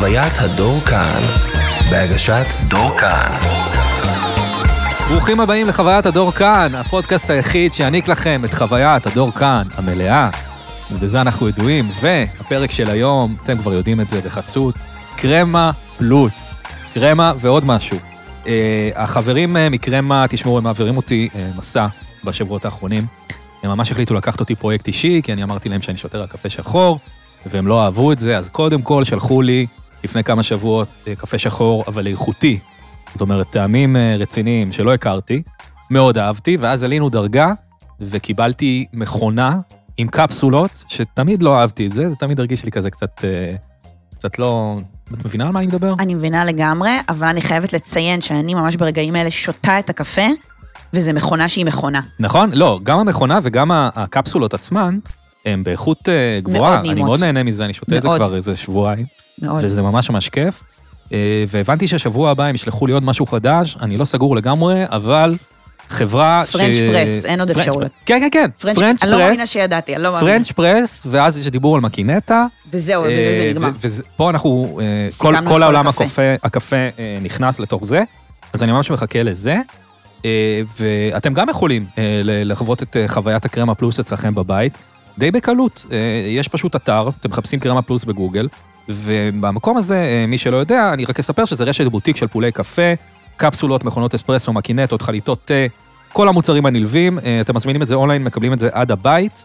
חוויית הדור כאן, בהגשת דור כאן. ברוכים הבאים לחוויית הדור כאן, הפודקאסט היחיד שיעניק לכם את חוויית הדור כאן, המלאה. ובזה אנחנו ידועים, והפרק של היום, אתם כבר יודעים את זה בחסות, קרמה פלוס, קרמה ועוד משהו. החברים מקרמה, תשמעו, הם מעבירים אותי מסע בשבועות האחרונים. הם ממש החליטו לקחת אותי פרויקט אישי, כי אני אמרתי להם שאני שותה רק קפה שחור, והם לא אהבו את זה, אז קודם כל שלחו לי לפני כמה שבועות קפה שחור, אבל איכותי. זאת אומרת, טעמים רציניים שלא הכרתי, מאוד אהבתי, ואז עלינו דרגה, וקיבלתי מכונה עם קפסולות, שתמיד לא אהבתי את זה, זה תמיד הרגיש לי כזה קצת לא... את מבינה על מה אני מדבר? אני מבינה לגמרי, אבל אני חייבת לציין שאני ממש ברגעים האלה שותה את הקפה, וזה מכונה שהיא מכונה. נכון? לא, גם המכונה וגם הקפסולות עצמן, הם באיכות גבוהה. אני מאוד נהנה מזה, אני שותה את זה כבר איזה שבועיים, וזה ממש ממש כיף. והבנתי שהשבוע הבא הם ישלחו לי עוד משהו חדש, אני לא סגור לגמרי, אבל חברה פרנץ' פרס, אין עוד אפשרות. כן, כן, כן. פרנץ' פרס. אני לא מאמינה שידעתי, אני לא מאמינה. פרנץ' פרס, ואז יש דיבור על מקינטה. וזהו, ובזה זה נגמר. ופה אנחנו, כל העולם הקפה נכנס לתוך זה, אז אני ממש מחכה לזה. ואתם גם יכולים לחוות את חוויית הקרמה פלוס אצלכם בבית, די בקלות. יש פשוט אתר, אתם מחפשים קרמה פלוס בגוגל, ובמקום הזה, מי שלא יודע, אני רק אספר שזה רשת בוטיק של פולי קפה, קפסולות, מכונות אספרסו, מקינטות, חליטות תה, כל המוצרים הנלווים, אתם מזמינים את זה אונליין, מקבלים את זה עד הבית,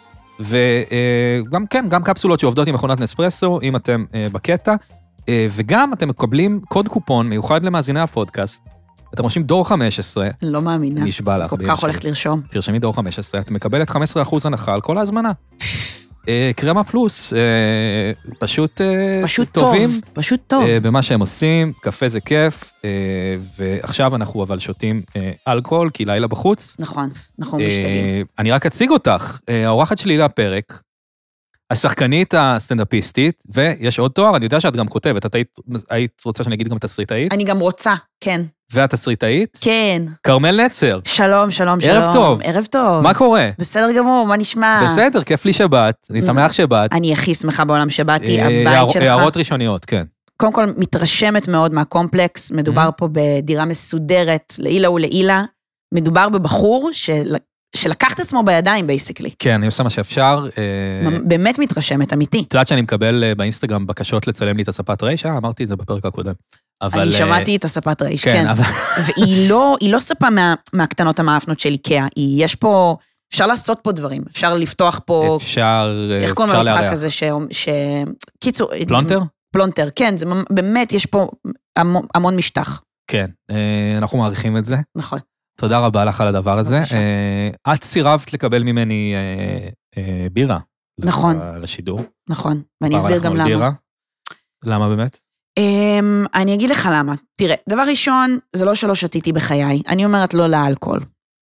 וגם כן, גם קפסולות שעובדות עם מכונת נספרסו, אם אתם בקטע, וגם אתם מקבלים קוד קופון מיוחד למאזיני הפודקאסט, אתם רושמים דור 15. לא מאמינה. נשבע לך. כל כך הולכת לרשום. תרשמי דור 15, את מקבלת 15% הנחה על כל ההזמנה. קרמה פלוס, פשוט טובים. פשוט טוב. במה שהם עושים, קפה זה כיף, ועכשיו אנחנו אבל שותים אלכוהול, כי לילה בחוץ. נכון, אנחנו משתגעים. אני רק אציג אותך, האורחת שלי לפרק, השחקנית הסטנדאפיסטית, ויש עוד תואר, אני יודע שאת גם כותבת, את היית רוצה שאני אגיד גם תסריטאית? אני גם רוצה, כן. ואת תסריטאית? כן. כרמל נצר. שלום, שלום, שלום. ערב טוב. ערב טוב. מה קורה? בסדר גמור, מה נשמע? בסדר, כיף לי שבת, אני שמח שבת. אני הכי שמחה בעולם שבאתי, הבית שלך. הערות ראשוניות, כן. קודם כל, מתרשמת מאוד מהקומפלקס, מדובר פה בדירה מסודרת, לעילה ולעילה, מדובר בבחור שלקח את עצמו בידיים, בייסיקלי. כן, אני עושה מה שאפשר. באמת מתרשמת, אמיתי. את יודעת שאני מקבל באינסטגרם בקשות לצלם לי את הספת ריישה, אמרתי את זה בפרק הקודם. אני שמעתי את הספת רייש, כן. והיא לא ספה מהקטנות המאפנות של איקאה, יש פה, אפשר לעשות פה דברים, אפשר לפתוח פה... אפשר איך קוראים למשחק הזה קיצור... פלונטר? פלונטר, כן, זה באמת, יש פה המון משטח. כן, אנחנו מעריכים את זה. נכון. תודה רבה לך על הדבר הזה. את סירבת לקבל ממני בירה. נכון. לשידור. נכון, ואני אסביר גם למה. למה באמת? אני אגיד לך למה. תראה, דבר ראשון, זה לא שלא שתיתי בחיי, אני אומרת לא לאלכוהול.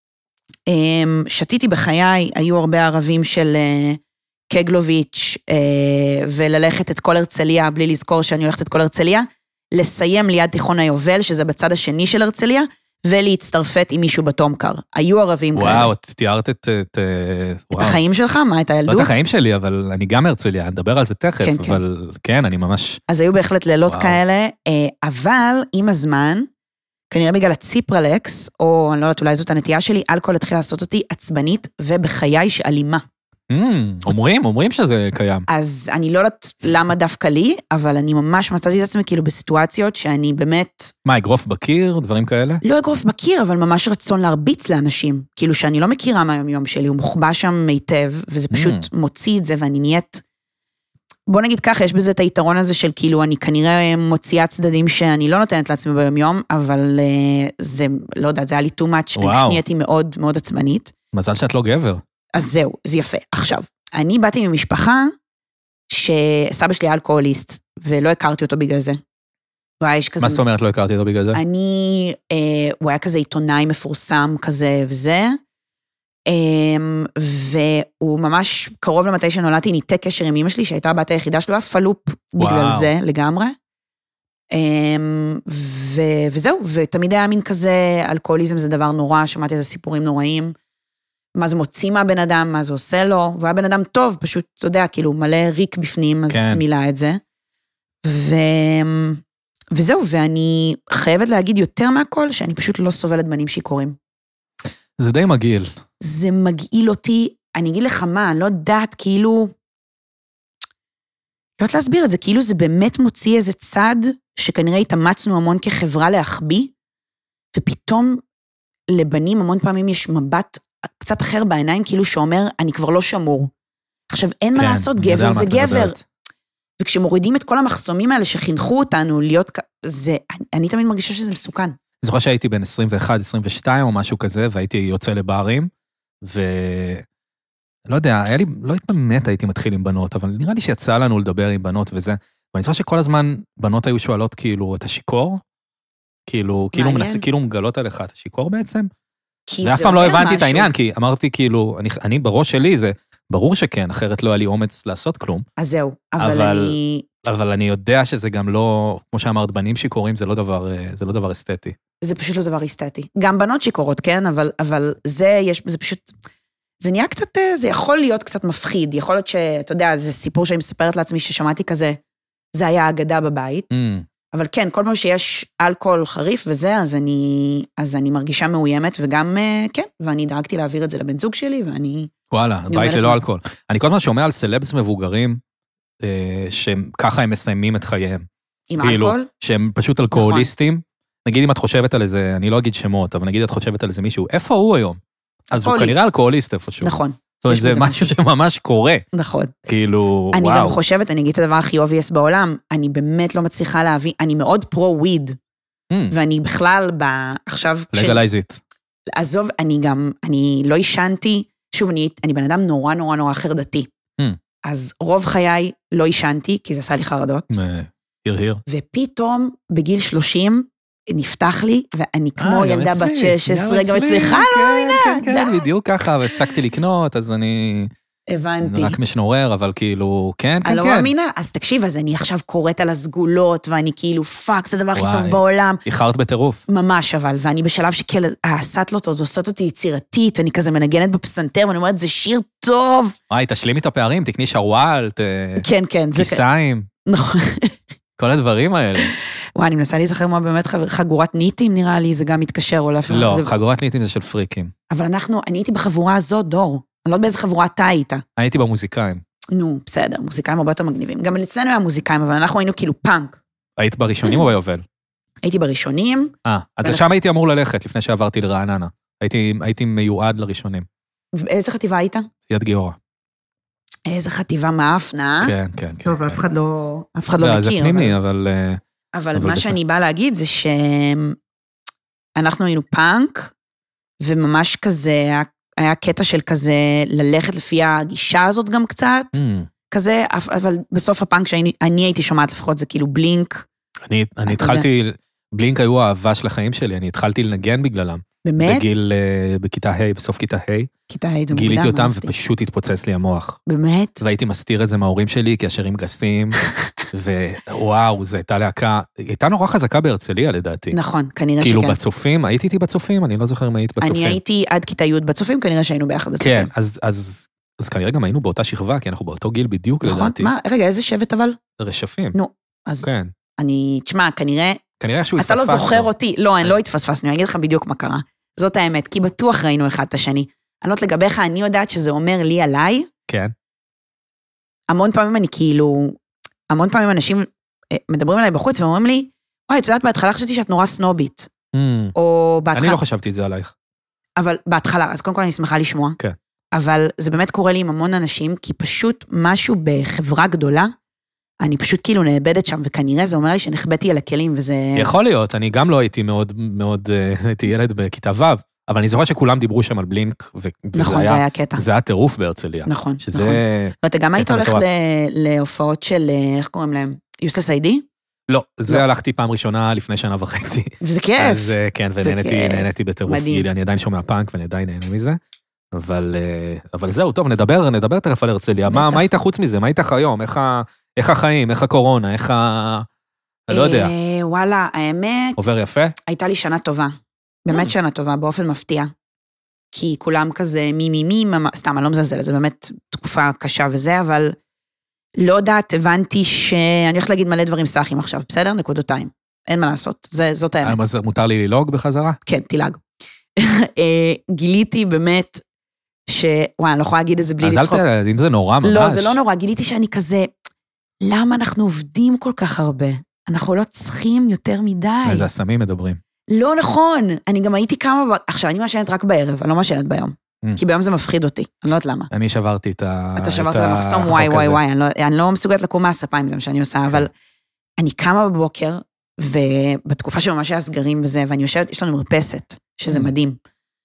שתיתי בחיי, היו הרבה ערבים של קגלוביץ', וללכת את כל הרצליה, בלי לזכור שאני הולכת את כל הרצליה, לסיים ליד תיכון היובל, שזה בצד השני של הרצליה, ולהצטרפת עם מישהו בתומקר. היו ערבים כאלה. וואו, את תיארת את החיים שלך? מה, את הילדות? לא את החיים שלי, אבל אני גם הרצליה, נדבר על זה תכף, אבל כן, אני ממש... אז היו בהחלט לילות כאלה, אבל עם הזמן, כנראה בגלל הציפרלקס, או אני לא יודעת, אולי זאת הנטייה שלי, אלכוהול התחיל לעשות אותי עצבנית, ובחיי שאלימה. אומרים שזה קיים. אז אני לא יודעת למה דווקא לי, אבל אני ממש מצאתי את עצמי כאילו בסיטואציות שאני באמת... מה, אגרוף בקיר, דברים כאלה? לא אגרוף בקיר, אבל ממש רצון להרביץ לאנשים. כאילו שאני לא מכירה מהיום שלי, הוא מוחבא שם מיטב, וזה פשוט מוציא את זה, ואני נהיית... בוא נגיד ככה, יש בזה את היתרון הזה של כאילו, אני כנראה מוציאה צדדים שאני לא נותנת לעצמי ביום יום, אבל זה, לא יודעת, זה היה לי too much, אני פשוט נהייתי מאוד מאוד עצמנית. מזל שאת לא גבר. אז זהו, זה יפה. עכשיו, אני באתי ממשפחה שסבא שלי היה אלכוהוליסט, ולא הכרתי אותו בגלל זה. מה זאת אומרת לא הכרתי אותו בגלל זה? הוא היה כזה עיתונאי מפורסם כזה וזה, והוא ממש קרוב למתי שנולדתי, ניתק קשר עם אמא שלי, שהייתה הבת היחידה שלו, היה פלופ בגלל זה לגמרי. וזהו, ותמיד היה מין כזה, אלכוהוליזם זה דבר נורא, שמעתי איזה סיפורים נוראים, מה זה מוציא מהבן אדם, מה זה עושה לו, והוא היה בן אדם טוב, פשוט, אתה יודע, כאילו, מלא ריק בפנים, אז מילה את זה. וזהו, ואני חייבת להגיד יותר מהכל, שאני פשוט לא סובלת בנים שיכורים. זה די מגעיל. זה מגעיל אותי, אני אגיד לך מה, אני לא יודעת, כאילו, לא יודעת להסביר את זה, כאילו זה באמת מוציא איזה צד, שכנראה התאמצנו המון כחברה להחביא, ופתאום לבנים המון פעמים יש מבט קצת אחר בעיניים, כאילו שאומר, אני כבר לא שמור. עכשיו, אין מה לעשות, גבר זה גבר. וכשמורידים את כל המחסומים האלה שחינכו אותנו להיות, אני תמיד מרגישה שזה מסוכן. אני זוכר שהייתי בין 21, 22 או משהו כזה, והייתי יוצא לברים, לא יודע, לא באמת הייתי מתחיל עם בנות, אבל נראה לי שיצא לנו לדבר עם בנות וזה, ואני זוכר שכל הזמן בנות היו שואלות כאילו, אתה שיקור? כאילו מגלות עליך, אתה שיקור בעצם? ואף פעם לא הבנתי את העניין, כי אמרתי כאילו, אני בראש שלי זה, ברור שכן, אחרת לא היה לי אומץ לעשות כלום. אז זהו, אבל אני יודע שזה גם לא, כמו שאמרת, בנים שיקורים זה לא דבר אסתטי. זה פשוט לא דבר אסתטי. גם בנות שיקורות, כן? אבל זה פשוט, זה נהיה קצת, זה יכול להיות קצת מפחיד. יכול להיות שאתה יודע, זה סיפור שאני מספרת לעצמי ששמעתי כזה, זה היה אגדה בבית. אבל כן, כל פעם שיש אלכוהול חריף וזה, אז אני מרגישה מאוימת, וגם, כן, ואני דאגתי להעביר את זה לבן זוג שלי, ואני... וואלה, בית ללא אלכוהול. אני כל הזמן שומע על סלבס מבוגרים, שככה הם מסיימים את חייהם. עם אלכוהול? שהם פשוט אלכוהוליסטים. נגיד אם את חושבת על איזה, אני לא אגיד שמות, אבל נגיד את חושבת על איזה מישהו, איפה הוא היום? אז הוא כנראה אלכוהוליסט איפשהו. נכון. זאת אומרת, זה משהו שממש קורה. נכון. כאילו, וואו. אני גם חושבת, אני אגיד את הדבר הכי obvious בעולם, אני באמת לא מצליחה להביא, אני מאוד פרו-וויד, ואני בכלל עכשיו... לגלייז איט. עזוב, אני לא ישנתי, שוב, אני בן אדם נורא נורא נורא חרדתי. אז רוב חיי לא ישנתי, כי זה עשה לי חרדות. הרהיר. ופתאום, בגיל 30, נפתח לי, ואני כמו ילדה בת 16, גם אצלך, לא מאמינה. כן, כן, בדיוק ככה, והפסקתי לקנות, אז אני... הבנתי. רק משנורר, אבל כאילו, כן, כן, כן. אני לא מאמינה, אז תקשיב, אז אני עכשיו קוראת על הסגולות, ואני כאילו, פאק, זה הדבר הכי טוב בעולם. איחרת בטירוף. ממש אבל, ואני בשלב שכאילו, הסטלות עוד עושות אותי יצירתית, ואני כזה מנגנת בפסנתר, ואני אומרת, זה שיר טוב. תשלימי את הפערים, תקני שוואל, כן, כן. כיסיים. נכון. כל הדברים האלה. וואי, אני מנסה להיזכר מה באמת חגורת ניטים, נראה לי, זה גם מתקשר או להפך. לא, חגורת ניטים זה של פריקים. אבל אני הייתי בחבורה הזאת, דור. אני לא יודע באיזה חבורה אתה היית. הייתי במוזיקאים. נו, בסדר, מוזיקאים הרבה יותר מגניבים. גם אצלנו היה מוזיקאים, אבל אנחנו היינו כאילו פאנק. היית בראשונים או ביובל? הייתי בראשונים. אז לשם הייתי אמור ללכת, לפני שעברתי לרעננה. הייתי מיועד לראשונים. ואיזה חטיבה היית? יד גיורא. איזה חטיבה מאפנה. כן, כן. טוב, אף אחד לא מכיר. זה פנימי, אבל... אבל מה שאני באה להגיד זה שאנחנו היינו פאנק, וממש כזה, היה קטע של כזה ללכת לפי הגישה הזאת גם קצת, כזה, אבל בסוף הפאנק שאני הייתי שומעת לפחות זה כאילו בלינק. אני התחלתי, בלינק היו האהבה של החיים שלי, אני התחלתי לנגן בגללם. באמת? בכיתה ה', בסוף כיתה ה'. כיתה ה' זה מוקדם. גיליתי אותם ופשוט התפוצץ לי המוח. באמת? והייתי מסתיר את זה מההורים שלי, כי השירים גסים, ווואו, זו הייתה להקה, הייתה נורא חזקה בהרצליה לדעתי. נכון, כנראה שכן. כאילו בצופים, הייתי איתי בצופים, אני לא זוכר אם היית בצופים. אני הייתי עד כיתה י' בצופים, כנראה שהיינו ביחד בצופים. כן, אז כנראה גם היינו באותה שכבה, כי אנחנו באותו גיל בדיוק לדעתי. נכון, מה, רגע, איזה שבט אבל? רשפים. נו, אז תשמע, כנראה שהוא אתה לא זוכר אותי, לא, אני לא התפספסנו, אני אגיד לך בדיוק מה קרה. זאת האמת, כי בטוח ראינו אחד את השני. אני לא יודעת לגביך, אני יודעת שזה אומר לי עליי. כן. המון פעמים אנשים מדברים עליי בחוץ ואומרים לי, וואי, את יודעת, בהתחלה חשבתי שאת נורא סנובית. או בהתחלה... אני לא חשבתי את זה עלייך. אבל בהתחלה, אז קודם כל אני שמחה לשמוע. כן. אבל זה באמת קורה לי עם המון אנשים, כי פשוט משהו בחברה גדולה, אני פשוט כאילו נאבדת שם, וכנראה זה אומר לי שנחבאתי על הכלים, וזה... יכול להיות, אני גם לא הייתי מאוד, הייתי ילד בכיתה ו', אבל אני זוכר שכולם דיברו שם על בלינק, נכון, זה היה קטע. זה היה טירוף בהרצליה. נכון, נכון. ואתה גם היית הולך להופעות של, איך קוראים להם? יוסס איידי? לא, זה הלכתי פעם ראשונה לפני שנה וחצי. וזה כיף. אז כן, ונהניתי בטירוף, אני עדיין שומע פאנק, ואני עדיין נהנה מזה. אבל זהו, טוב, נדבר תכף על הרצליה. מה היית חוץ מזה? מה היית היום? איך החיים? איך הקורונה? איך אני לא יודע. וואלה, האמת... עובר יפה? הייתה לי שנה טובה. באמת שנה טובה, באופן מפתיע. כי כולם כזה סתם, אני לא מזלזלת, זה באמת תקופה קשה וזה, אבל לא יודעת, הבנתי שאני הולכת להגיד מלא דברים סחים עכשיו, בסדר? נקודותיים. אין מה לעשות, זאת האמת. אז מותר לי ללוג בחזרה? כן, תילג. גיליתי באמת וואי, אני לא יכולה להגיד את זה בלי לצחוק. אז אל אם זה נורא ממש. לא, זה לא נורא, גיליתי שאני כזה, למה אנחנו עובדים כל כך הרבה? אנחנו לא צריכים יותר מדי. איזה הסמים מדברים. לא נכון, אני גם הייתי עכשיו, אני משנת רק בערב, אני לא משנת ביום. כי ביום זה מפחיד אותי, אני לא יודעת למה. אני שברתי את אתה שברת למחסום, וואי, אני לא מסוגלת לקום מהספיים, זה מה שאני עושה, אבל אני קמה בבוקר, ובתקופה שממש היה סגרים וזה, ואני יושבת, יש לנו מרפסת, שזה מדהים.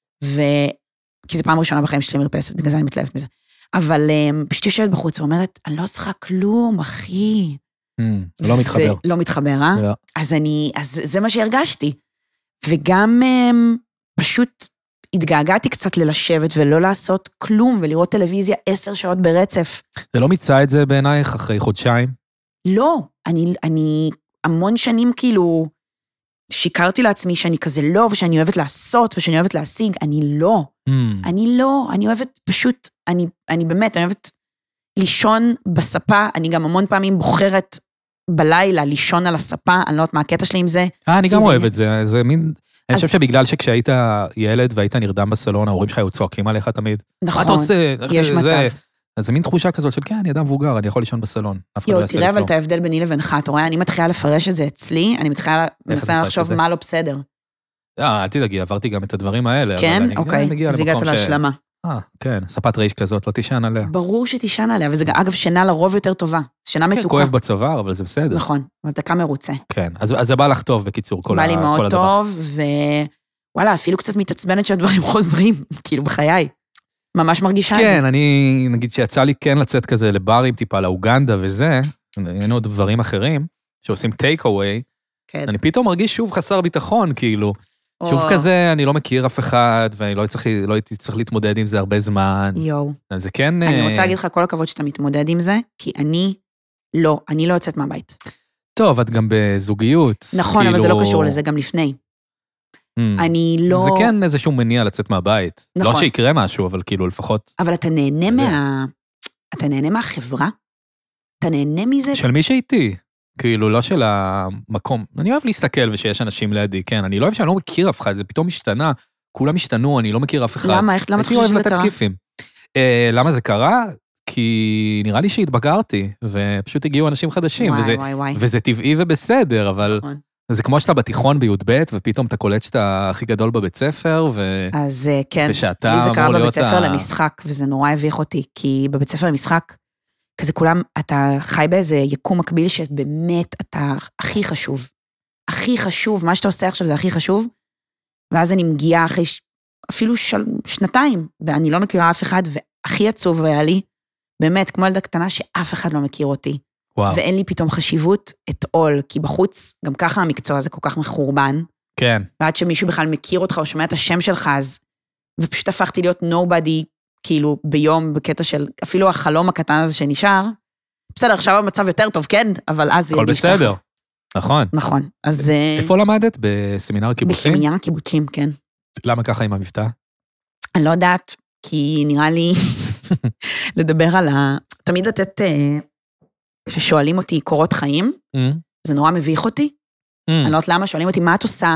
כי זו פעם ראשונה בחיים שלי מרפסת, בגלל זה אני מתלהבת מזה. אבל פשוט יושבת בחוץ ואומרת, אני לא צריכה כלום, אחי. לא מתחבר. לא מתחבר, אה? אז זה מה שהרגשתי. וגם פשוט התגעגעתי קצת ללשבת ולא לעשות כלום, ולראות טלוויזיה 10 שעות ברצף. זה לא מצא את זה בעינייך אחרי חודשיים? לא, אני המון שנים כאילו שיקרתי לעצמי שאני כזה לא, ושאני אוהבת לעשות, ושאני אוהבת להשיג, אני לא. אני אוהבת פשוט, אני באמת, אני אוהבת לישון בספה, אני גם המון פעמים בוחרת בלילה לישון על הספה, אני לא יודעת מה הקטע שלי עם זה. אני גם אוהב את זה, זה מין... אני חושב שבגלל שכשהיית ילד והיית נרדם בסלון, ההורים שלך היו צועקים עליך תמיד. נכון, מה אתה עושה? יש מצב. אז זה מין תחושה כזאת של כן, אני אדם מבוגר, אני יכול לישון בסלון. תראה אבל את ההבדל ביני לבינך, אתה רואה, אני מתחילה לפרש את זה אצלי, אני מתחילה לנסה לחשוב מה לא בסדר. אל תדאגי, עברתי גם את הדברים האלה. כן? אוקיי, אז הגעת להשלמה. כן, ספת רייש כזאת, לא תישן עליה. ברור שתישן עליה, וזה אגב שינה לרוב יותר טובה. שינה מתוקה. כן, כואב בצוואר, אבל זה בסדר. נכון, אבל אתה קם מרוצה. כן, אז זה בא לך טוב בקיצור, כל הדבר. בא לי מאוד טוב, ווואלה, אפילו קצת מתעצבנת שהדברים חוזרים, כאילו בחיי. ממש מרגישה את זה. כן, אני, נגיד שיצא לי כן לצאת כזה לברים טיפה, לאוגנדה וזה, אין עוד דברים אחרים, שעושים טייק אווי, אני פתאום מרגיש שוב חסר ביטחון, כאילו, שוב כזה, אני לא מכיר אף אחד, ואני לא הייתי צריך להתמודד עם זה הרבה זמן. יואו. אז זה כן... אני רוצה להגיד לך כל הכבוד שאתה מתמודד עם זה, כי אני לא יוצאת מהבית. טוב, את גם בזוגיות. נכון, אבל זה לא קשור לזה, גם לפני. אני לא... זה כן איזשהו מניע לצאת מהבית. נכון. לא שיקרה משהו, אבל כאילו לפחות... אבל אתה נהנה מהחברה? אתה נהנה מזה? של מי שהייתי. כאילו, לא של המקום. אני אוהב להסתכל ושיש אנשים לידי, כן. אני לא אוהב שאני לא מכיר אף אחד, זה פתאום משתנה. כולם השתנו, אני לא מכיר אף אחד. למה? למה אתה חושב שזה קרה? כיפים. למה זה קרה? כי נראה לי שהתבגרתי, ופשוט הגיעו אנשים חדשים, וזה טבעי ובסדר, אבל... זה כמו שאתה בתיכון בי"ב, ופתאום אתה קולט שאתה הכי גדול בבית ספר, אז כן, לי זה קרה בבית ספר למשחק, וזה נורא הביך אותי, כי בבית ספר למשחק, כזה כולם, אתה חי באיזה יקום מקביל, שבאמת אתה הכי חשוב. הכי חשוב, מה שאתה עושה עכשיו זה הכי חשוב, ואז אני מגיעה אחרי אפילו שנתיים, ואני לא מכירה אף אחד, והכי עצוב היה לי, באמת, כמו ילדה קטנה שאף אחד לא מכיר אותי. וואו. ואין לי פתאום חשיבות את עול, כי בחוץ, גם ככה המקצוע הזה כל כך מחורבן. כן. ועד שמישהו בכלל מכיר אותך או שומע את השם שלך, אז, ופשוט הפכתי להיות nobody, כאילו ביום, בקטע של, אפילו החלום הקטן הזה שנשאר, בסדר, עכשיו המצב יותר טוב, כן, אבל אז... הכל בסדר, נכון. נכון, אז... איפה למדת? בסמינר קיבוצים? בסמינר קיבוצים, כן. למה ככה עם המבטא? אני לא יודעת, כי נראה לי לדבר על תמיד לתת... ששואלים אותי קורות חיים, זה נורא מביך אותי. אני לא יודעת למה, שואלים אותי, מה את עושה?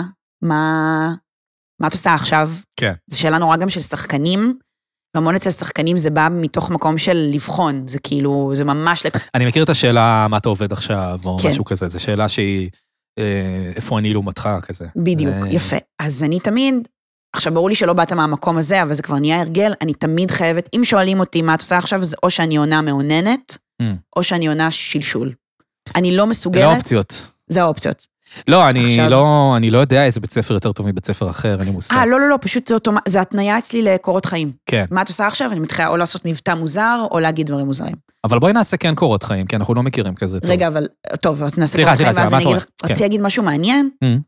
מה את עושה עכשיו? כן. זו שאלה נורא גם של שחקנים, והמון אצל שחקנים זה בא מתוך מקום של לבחון, זה כאילו, זה ממש... אני מכיר את השאלה, מה אתה עובד עכשיו, או משהו כזה, זו שאלה שהיא, איפה אני לעומתך כזה. בדיוק, יפה. אז אני תמיד, עכשיו ברור לי שלא באת מהמקום הזה, אבל זה כבר נהיה הרגל, אני תמיד חייבת, אם שואלים אותי מה את עושה עכשיו, זה או שאני עונה מעוננת, או שאני עונה שלשול. אני לא מסוגלת... זה האופציות. זה האופציות. לא, אני לא יודע איזה בית ספר יותר טוב מבית ספר אחר, אני מוסר. לא, פשוט זה התניה אצלי לקורות חיים. כן. מה את עושה עכשיו? אני מתחילה או לעשות מבטא מוזר, או להגיד דברים מוזרים. אבל בואי נעשה כן קורות חיים, כי אנחנו לא מכירים כזה טוב. רגע, אבל, טוב, נעשה קורות חיים, ואז אני רציתי להגיד משהו מעניין,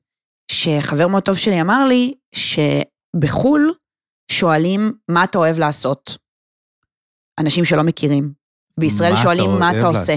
שחבר מאוד טוב שלי אמר לי, שבחול שואלים מה אתה אוהב לעשות. אנשים שלא מכירים. בישראל שואלים מה אתה עושה.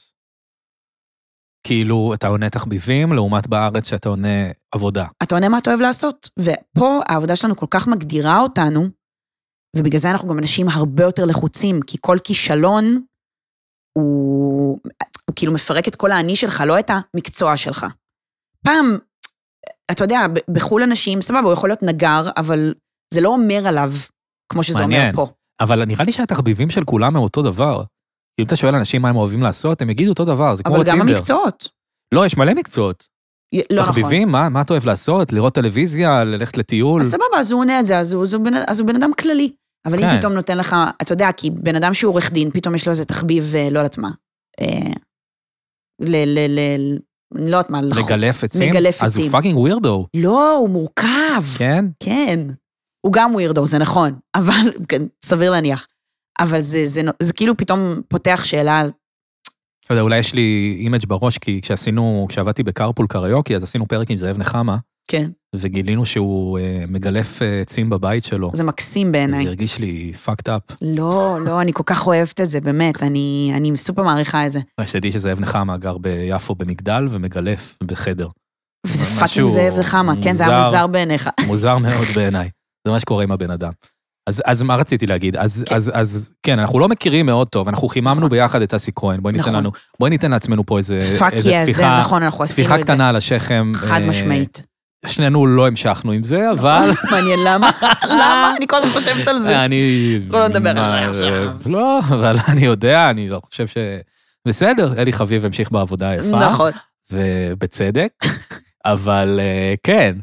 כאילו, אתה עונה תחביבים, לעומת בארץ שאתה עונה עבודה. אתה עונה מה אתה אוהב לעשות. ופה העבודה שלנו כל כך מגדירה אותנו, ובגלל זה אנחנו גם אנשים הרבה יותר לחוצים, כי כל כישלון הוא כאילו מפרק את כל האני שלך, לא את המקצוע שלך. פעם, אתה יודע, בחול אנשים, סבבה, הוא יכול להיות נגר, אבל זה לא אומר עליו, כמו שזה אומר פה. אבל נראה לי שהתחביבים של כולם הם אותו דבר. אם אתה שואל אנשים מה הם אוהבים לעשות, הם יגידו אותו דבר, זה כמו טינדר. אבל גם המקצועות. לא, יש מלא מקצועות. לא נכון. תחביבים, מה אתה אוהב לעשות? לראות טלוויזיה, ללכת לטיול? אז סבבה, אז הוא עונה את זה, אז הוא בן אדם כללי. אבל אם פתאום נותן לך, אתה יודע, כי בן אדם שהוא עורך דין, פתאום יש לו איזה תחביב, לא יודעת מה. לא יודעת מה. לגלף עצים? מגלף עצים. אז הוא פאקינג ווירדו. לא, הוא מורכב. כן? כן. הוא גם ווירדו, זה נכון. אבל, סביר להניח. אבל זה כאילו פתאום פותח שאלה. אתה יודע, אולי יש לי אימג' בראש, כי כשעבדתי בקרפול קריוקי, אז עשינו פרק עם זאב נחמה. כן. וגילינו שהוא מגלף עצים בבית שלו. זה מקסים בעיניי. זה הרגיש לי fucked up. לא, אני כל כך אוהבת את זה, באמת, אני סופר מעריכה את זה. שתדעי שזאב נחמה גר ביפו במגדל ומגלף בחדר. וזה פאקינג זאב נחמה, כן, זה היה מוזר בעיניך. מוזר מאוד בעיניי. זה מה שקורה עם הבן אדם. אז מה רציתי להגיד? אז כן, אנחנו לא מכירים מאוד טוב, אנחנו חיממנו ביחד את אסי כהן, בואי ניתן לעצמנו פה איזה תפיחה קטנה על השכם. חד משמעית. שנינו לא המשכנו עם זה, אבל... מעניין, למה? למה? אני כל הזמן חושבת על זה. כל עוד נדבר על זה עכשיו. לא, אבל אני יודע, אני לא חושב ש... בסדר, אלי חביב המשיך בעבודה היפה. נכון. ובצדק, אבל כן,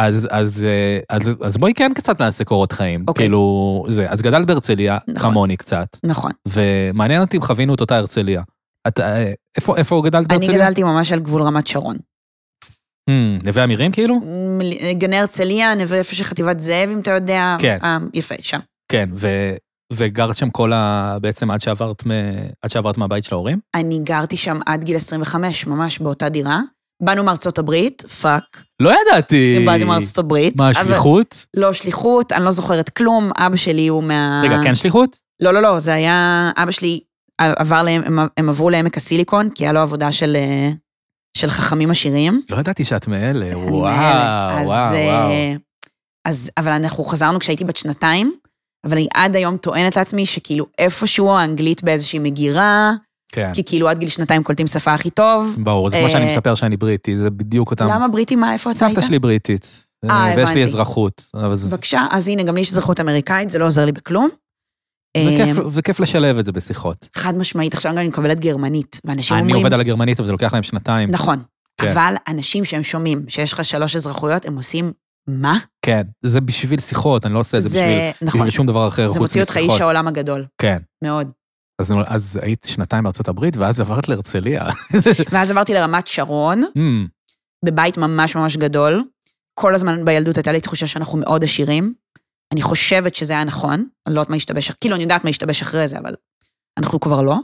אז בואי כן קצת נעשה קורות חיים. כאילו, זה. אז גדלת בהרצליה, כמוני קצת. נכון. ומעניין אותי אם חווינו את אותה הרצליה. איפה גדלת בהרצליה? אני גדלתי ממש על גבול רמת שרון. נווה אמירים כאילו? גני הרצליה, נווה איפה שחטיבת זאב, אם אתה יודע. כן. יפה, שם. כן, וגרת שם בעצם עד שעברת מהבית של ההורים? אני גרתי שם עד גיל 25, ממש באותה דירה. באנו מארצות הברית, פאק. לא ידעתי. באתי מארצות הברית. מה, שליחות? לא, שליחות, אני לא זוכרת כלום. אבא שלי הוא רגע, כן שליחות? לא, זה היה, אבא שלי הם עברו לעמק הסיליקון, כי היה לו עבודה של חכמים עשירים. לא ידעתי שאת מאלה, וואו. אבל אנחנו חזרנו כשהייתי בת 2, אבל אני עד היום טוענת לעצמי שכאילו איפשהו האנגלית באיזושהי מגירה, כי כאילו עד גיל 2 קולטים שפה הכי טוב. ברור, זה כמו שאני מספר שאני בריטי, זה בדיוק אותם. למה בריטי? מה, איפה אתה היית? סבתא שלי בריטית, ויש לי אזרחות. בבקשה, אז הנה, גם לי יש אזרחות אמריקאית, זה לא עוזר לי בכלום. וכיף לשלב את זה בשיחות. חד משמעית, עכשיו גם אני מקבלת גרמנית, ואנשים אומרים... אני עובד על הגרמנית, אבל זה לוקח להם 2. נכון, אבל אנשים שהם שומעים, שיש לך 3 אזרחויות, הם עושים מה? כן, זה בשביל שיחות, אני לא עושה את זה בשביל שום דבר אחר חוץ משיחות. זה מוציא אותך איש העולם הגדול. כן. מאוד. אז היית 2 בארצות הברית, ואז עברת להרצליה. ואז עברתי לרמת שרון, בבית ממש ממש גדול. כל הזמן בילדות הייתה לי תחושה שאנחנו מאוד עשירים. אני חושבת שזה היה נכון, אני לא יודעת מה השתבש, כאילו אני יודעת מה השתבש אחרי זה, אבל אנחנו כבר לא.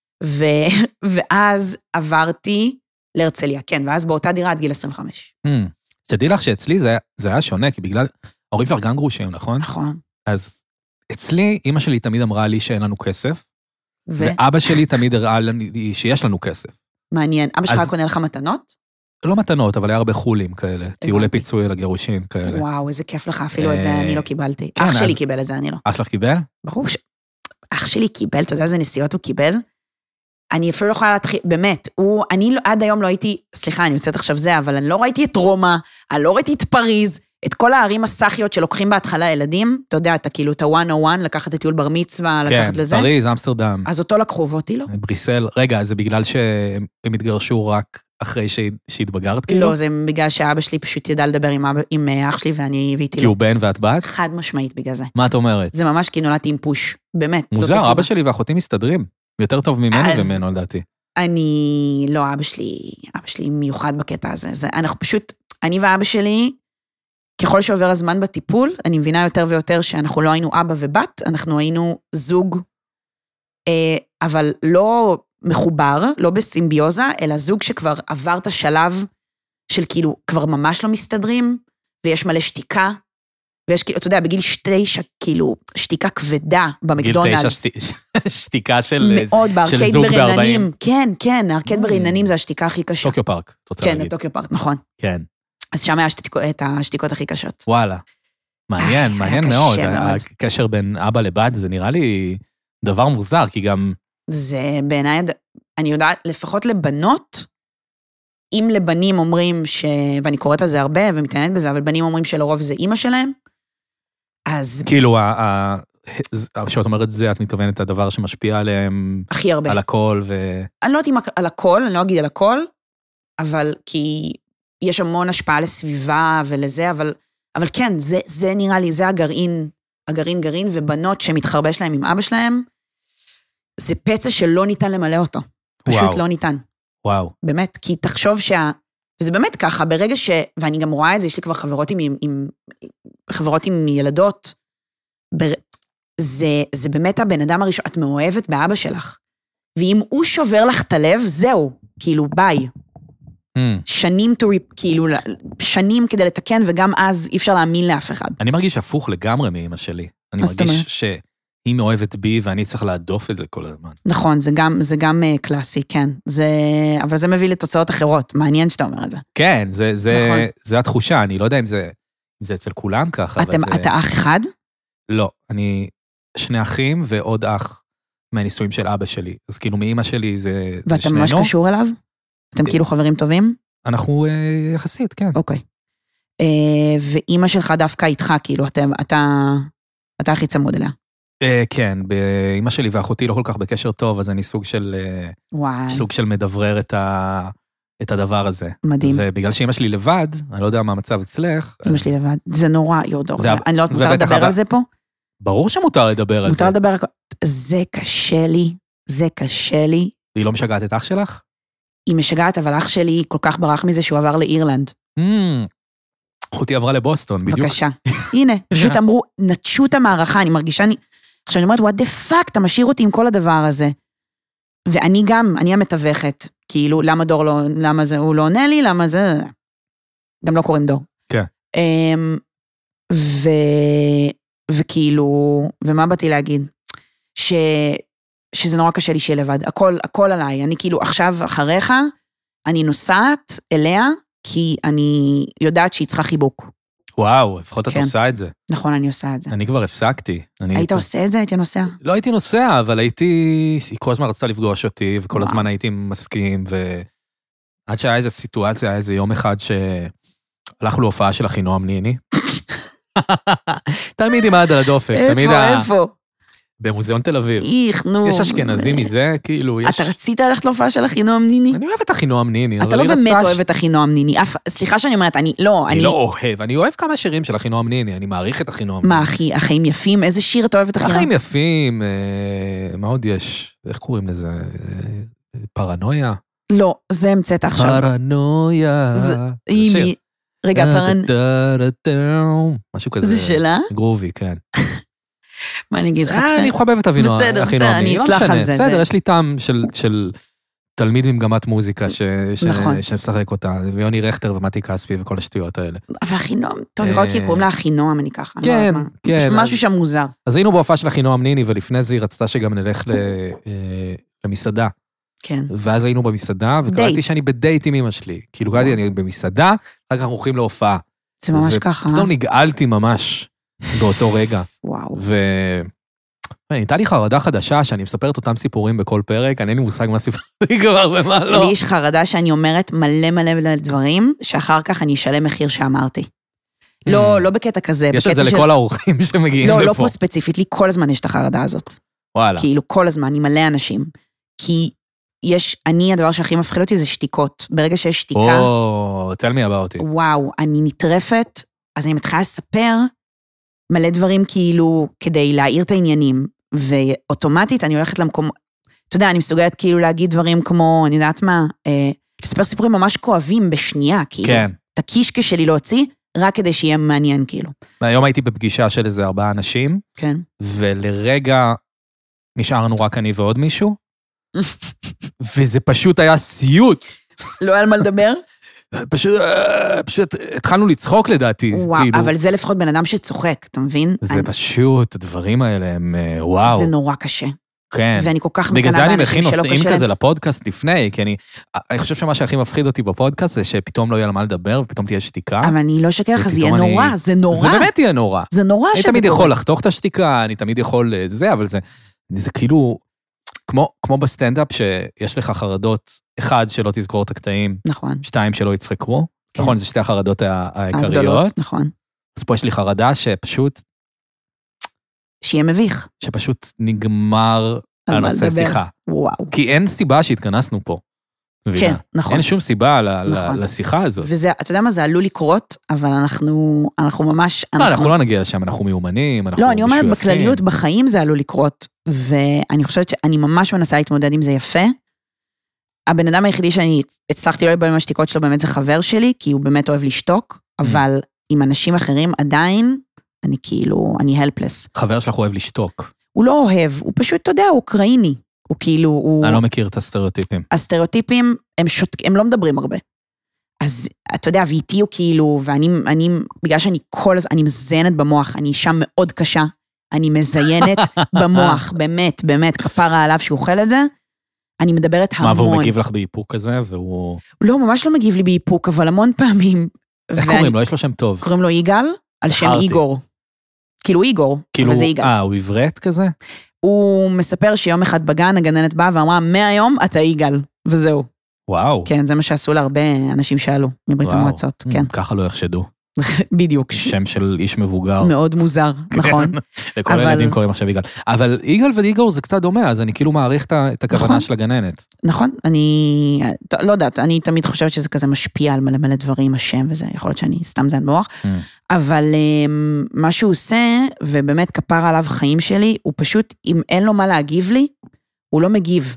ואז עברתי להרצליה, כן, ואז באותה דירה עד גיל 25. שתדעי לך שאצלי זה היה שונה, כי בגלל, ההורים שלך גם גרושים, נכון? נכון. אז אצלי, אמא שלי תמיד אמרה לי שאין לנו כסף, ואבא שלי תמיד הראה לי שיש לנו כסף. מעניין, אבא שלך קונה לך מתנות? לא מתנות, אבל היה הרבה חולים כאלה, טיולי פיצוי לגירושים כאלה. וואו, איזה כיף לך, אפילו את זה אני לא קיבלתי. אח שלי קיבל את זה, אני לא. אח שלך קיבל? ברור אח שלי קיבל, אתה יודע איזה נסיעות הוא קיבל? אני אפילו לא יכולה להתחיל, באמת, אני עד היום לא הייתי, סליחה, אני יוצאת עכשיו זה, אבל אני לא ראיתי את רומא, אני לא ראיתי את פריז, את כל הערים הסאחיות שלוקחים בהתחלה ילדים, אתה יודע, אתה כאילו, את ה-101, לקחת את טיול בר מצווה, לקחת לזה. כן, פריז, אמסטרדם. אז אותו לקחו ואותי לא. בריסל, רגע, זה בגלל שהם התגרשו רק אחרי שהתבגרת כאילו? לא, זה בגלל שאבא שלי פשוט ידע לדבר עם אח שלי ואני הבאתי לו. כי הוא בן ואת בת? חד משמעית בגלל זה. מה את אומרת? זה ממש כי נולדתי עם פוש, באמת. מוזר, אבא שלי ואחותי מסתדרים. יותר טוב ממנו ומנו, לדעתי. לא, אבא שלי מיוחד בקטע הזה. אנחנו פשוט, אני ואבא שלי, ככל שעובר הזמן בטיפול, אני מבינה יותר ויותר שאנחנו לא היינו אבא ובת, אנחנו היינו זוג, אבל לא מחובר, לא בסימביוזה, אלא זוג שכבר עבר את השלב של כאילו, כבר ממש לא מסתדרים, ויש מלא שתיקה, ויש כאילו, אתה יודע, בגיל 9, כאילו, שתיקה כבדה במקדונלדס. גיל 9 שתיקה של מאוד, בארקייד ברעננים. כן, הארקייד ברעננים זה השתיקה הכי קשה. טוקיו פארק, רוצה להגיד. כן, טוקיו פארק, נכון. כן. אז שם היה את השתיקות הכי קשות. וואלה. מעניין מאוד. הקשר בין אבא לבת, זה נראה לי דבר מוזר, כי גם זה בעיניי, אני יודעת, לפחות לבנות, אם לבנים אומרים ואני קוראת על זה הרבה ומתעניינת בזה, אבל בנים אומרים שלרוב זה אימא שלהם, אז... כאילו, כשאת אומרת זה, את מתכוונת הדבר שמשפיע עליהם... הכי הרבה. על הכל אני לא יודעת אם על הכל, אני לא אגיד על הכל, אבל כי יש המון השפעה לסביבה ולזה, אבל כן, זה נראה לי, זה הגרעין, ובנות שמתחרבש להם עם אבא שלהם, זה פצע שלא ניתן למלא אותו. פשוט לא ניתן. וואו. באמת, כי תחשוב וזה באמת ככה, ברגע ואני גם רואה את זה, יש לי כבר חברות עם ילדות, זה באמת הבן אדם הראשון, את מאוהבת באבא שלך, ואם הוא שובר לך את הלב, זהו, כאילו, ביי. שנים כדי לתקן, וגם אז אי אפשר להאמין לאף אחד. אני מרגיש הפוך לגמרי מאמא שלי. אני מרגיש שהיא מאוהבת בי, ואני צריך להדוף את זה כל הזמן. נכון, זה גם קלאסי, כן. אבל זה מביא לתוצאות אחרות. מעניין שאתה אומר את זה. כן, זה התחושה. אני לא יודע אם זה אצל כולם ככה. אתה אח אחד? לא, אני 2 אחים ועוד אח מהנישואים של אבא שלי. אז כאילו מאמא שלי זה שנינו. ואתה ממש קשור אליו? אתם כאילו חברים טובים? אנחנו יחסית, כן. אוקיי. ואמא שלך דווקא איתך, כאילו, אתה הכי צמוד אליה. כן, באמא שלי ואחותי לא כל כך בקשר טוב, אז אני סוג של מדברר את הדבר הזה. מדהים. ובגלל שאמא שלי לבד, אני לא יודע מה המצב אצלך. אמא שלי לבד, זה נורא, יורדור. אני לא יודעת, מותר לדבר על זה פה? ברור שמותר לדבר על זה. מותר לדבר על זה. זה קשה לי. והיא לא משגעת את אח שלך? היא משגעת, אבל אח שלי כל כך ברח מזה שהוא עבר לאירלנד. אחותי עברה לבוסטון, בדיוק. בבקשה. הנה, פשוט אמרו, נטשו את המערכה, אני מרגישה, עכשיו אני אומרת, what the fuck, אתה משאיר אותי עם כל הדבר הזה. ואני גם, אני המתווכת, כאילו, למה דור לא, למה זה, הוא לא עונה לי, למה זה, גם לא קוראים דור. כן. וכאילו, ומה באתי להגיד? שזה נורא קשה לי שיהיה לבד, הכל עליי, אני כאילו עכשיו אחריך, אני נוסעת אליה, כי אני יודעת שהיא צריכה חיבוק. וואו, לפחות את עושה את זה. נכון, אני עושה את זה. אני כבר הפסקתי. היית עושה את זה? הייתי נוסע? לא הייתי נוסע, אבל היא כל הזמן רצתה לפגוש אותי, וכל הזמן הייתי מסכים, ועד שהיה איזו סיטואציה, היה איזה יום אחד שהלכנו להופעה של אחינועם ניני. תמיד עם עד על הדופק. איפה? במוזיאון תל אביב. נו. יש אשכנזים מזה, כאילו יש... אתה רצית ללכת להופעה של אחינועם ניני? אני אוהב את אחינועם ניני. אתה לא באמת אוהב את אחינועם ניני. סליחה שאני אומרת, אני לא אוהב, אני אוהב כמה שירים של אחינועם ניני, אני מעריך את אחינועם ניני. מה, החיים יפים? איזה שיר אתה אוהב את אחינועם? החיים יפים, מה עוד יש? איך קוראים לזה? פרנויה? לא, זה המצאת עכשיו. פרנויה. רגע, משהו כזה. זה שלה? גרובי, כן. מה אני אגיד לך? אני מחבב את אחינועם. בסדר, אני אסלח על זה. בסדר, יש לי טעם של תלמיד ממגמת מוזיקה שמשחק אותה, ויוני רכטר ומתי כספי וכל השטויות האלה. אבל אחינועם, טוב, יכול להיות כי קוראים לה אחינועם, אני ככה. כן, כן. משהו שם מוזר. אז היינו בהופעה של אחינועם ניני, ולפני זה היא רצתה שגם נלך למסעדה. כן. ואז היינו במסעדה, וקראתי שאני בדייט עם אמא שלי. כאילו קראתי, אני במסעדה, אחר כך אנחנו הולכים להופעה. זה ממש ככה. ופתאום נגעלתי ממש באותו רגע. וואו. הייתה לי חרדה חדשה שאני מספר את אותם סיפורים בכל פרק, אני אין לי מושג מה סיפרתי כבר ומה לא. לי יש חרדה שאני אומרת מלא דברים, שאחר כך אני אשלם מחיר שאמרתי. לא בקטע כזה. יש את זה לכל האורחים שמגיעים לפה. לא פה ספציפית, לי כל הזמן יש את החרדה הזאת. וואלה. כאילו כל הזמן, עם מלא אנשים. כי הדבר שהכי מפחיד אותי זה שתיקות. ברגע שיש שתיקה... tell me about it. וואו, אני נטרפת, אז אני מתחילה לספר מלא דברים כאילו, כדי להעיר את העניינים, ואוטומטית אני הולכת למקום, אתה יודע, אני מסוגלת כאילו להגיד דברים כמו, אני יודעת מה, לספר סיפורים ממש כואבים בשנייה, כאילו. כן. את הקישקע שלי להוציא, רק כדי שיהיה מעניין, כאילו. היום הייתי בפגישה של איזה 4 אנשים, כן. ולרגע נשארנו רק אני ועוד מישהו, וזה פשוט היה סיוט. לא היה על מה לדבר? פשוט התחלנו לצחוק לדעתי. וואו, אבל זה לפחות בן אדם שצוחק, אתה מבין? זה פשוט, הדברים האלה הם וואו. זה נורא קשה. כן. ואני כל כך בגלל זה אני מכין נושאים כזה לפודקאסט לפני, כי אני חושב שמה שהכי מפחיד אותי בפודקאסט זה שפתאום לא יהיה על מה לדבר, ופתאום תהיה שתיקה. אבל אני לא שקר לך, זה יהיה נורא, זה נורא. זה באמת יהיה נורא. זה נורא שזה אני תמיד יכול לחתוך את השתיקה, אני תמיד יכול זה, אבל זה כאילו, כמו בסטנדאפ שיש לך חרדות, אחד, שלא תזכור את הקטעים, נכון. 2, שלא יצחקו, כן. נכון, זה שתי החרדות העיקריות. הגדולות, נכון. אז פה יש לי חרדה שפשוט שיהיה מביך. שפשוט נגמר על מה הנושא לדבר. שיחה. וואו. כי אין סיבה שהתכנסנו פה. מבינה? כן, נכון. אין שום סיבה נכון. לשיחה הזאת. וזה, אתה יודע מה, זה עלול לקרות, אבל אנחנו ממש... לא, אנחנו לא נגיע לשם, אנחנו מיומנים, אנחנו לא, אני אומרת, משויפים. בכלליות, בחיים זה עלול לקרות, ואני חושבת שאני ממש מנסה להתמודד עם זה יפה. הבן אדם היחידי שאני הצלחתי לא לבוא עם השתיקות שלו, באמת זה חבר שלי, כי הוא באמת אוהב לשתוק, אבל עם אנשים אחרים עדיין, אני כאילו, אני helpless. חבר שלך אוהב לשתוק. הוא לא אוהב, הוא פשוט, אתה יודע, הוא אוקראיני. הוא כאילו, הוא... אני לא מכיר את הסטריאוטיפים. הסטריאוטיפים, הם לא מדברים הרבה. אז אתה יודע, ואיתי הוא כאילו, ואני, בגלל שאני אני מזיינת במוח, אני אישה מאוד קשה, אני מזיינת במוח, באמת, באמת, כפרה עליו שהוא אוכל את זה, אני מדברת המון. מה, והוא מגיב לך באיפוק כזה, והוא... לא, ממש לא מגיב לי באיפוק, אבל המון פעמים... איך קוראים לו? יש לו שם טוב. קוראים לו יגאל, על שם איגור. כאילו איגור, אבל זה יגאל. הוא עברית כזה? הוא מספר שיום אחד בגן, הגננת באה ואמרה, מהיום אתה יגאל, וזהו. וואו. כן, זה מה שעשו להרבה אנשים שעלו, מברית המועצות, כן. ככה לא יחשדו. בדיוק. שם של איש מבוגר. מאוד מוזר, נכון. לכל הילדים קוראים עכשיו יגאל. אבל יגאל ואיגור זה קצת דומה, אז אני כאילו מעריך את הכוונה של הגננת. נכון, אני לא יודעת, אני תמיד חושבת שזה כזה משפיע על מלא מלא דברים, השם וזה, יכול להיות שאני סתם זן במוח, אבל מה שהוא עושה, ובאמת כפר עליו חיים שלי, הוא פשוט, אם אין לו מה להגיב לי, הוא לא מגיב.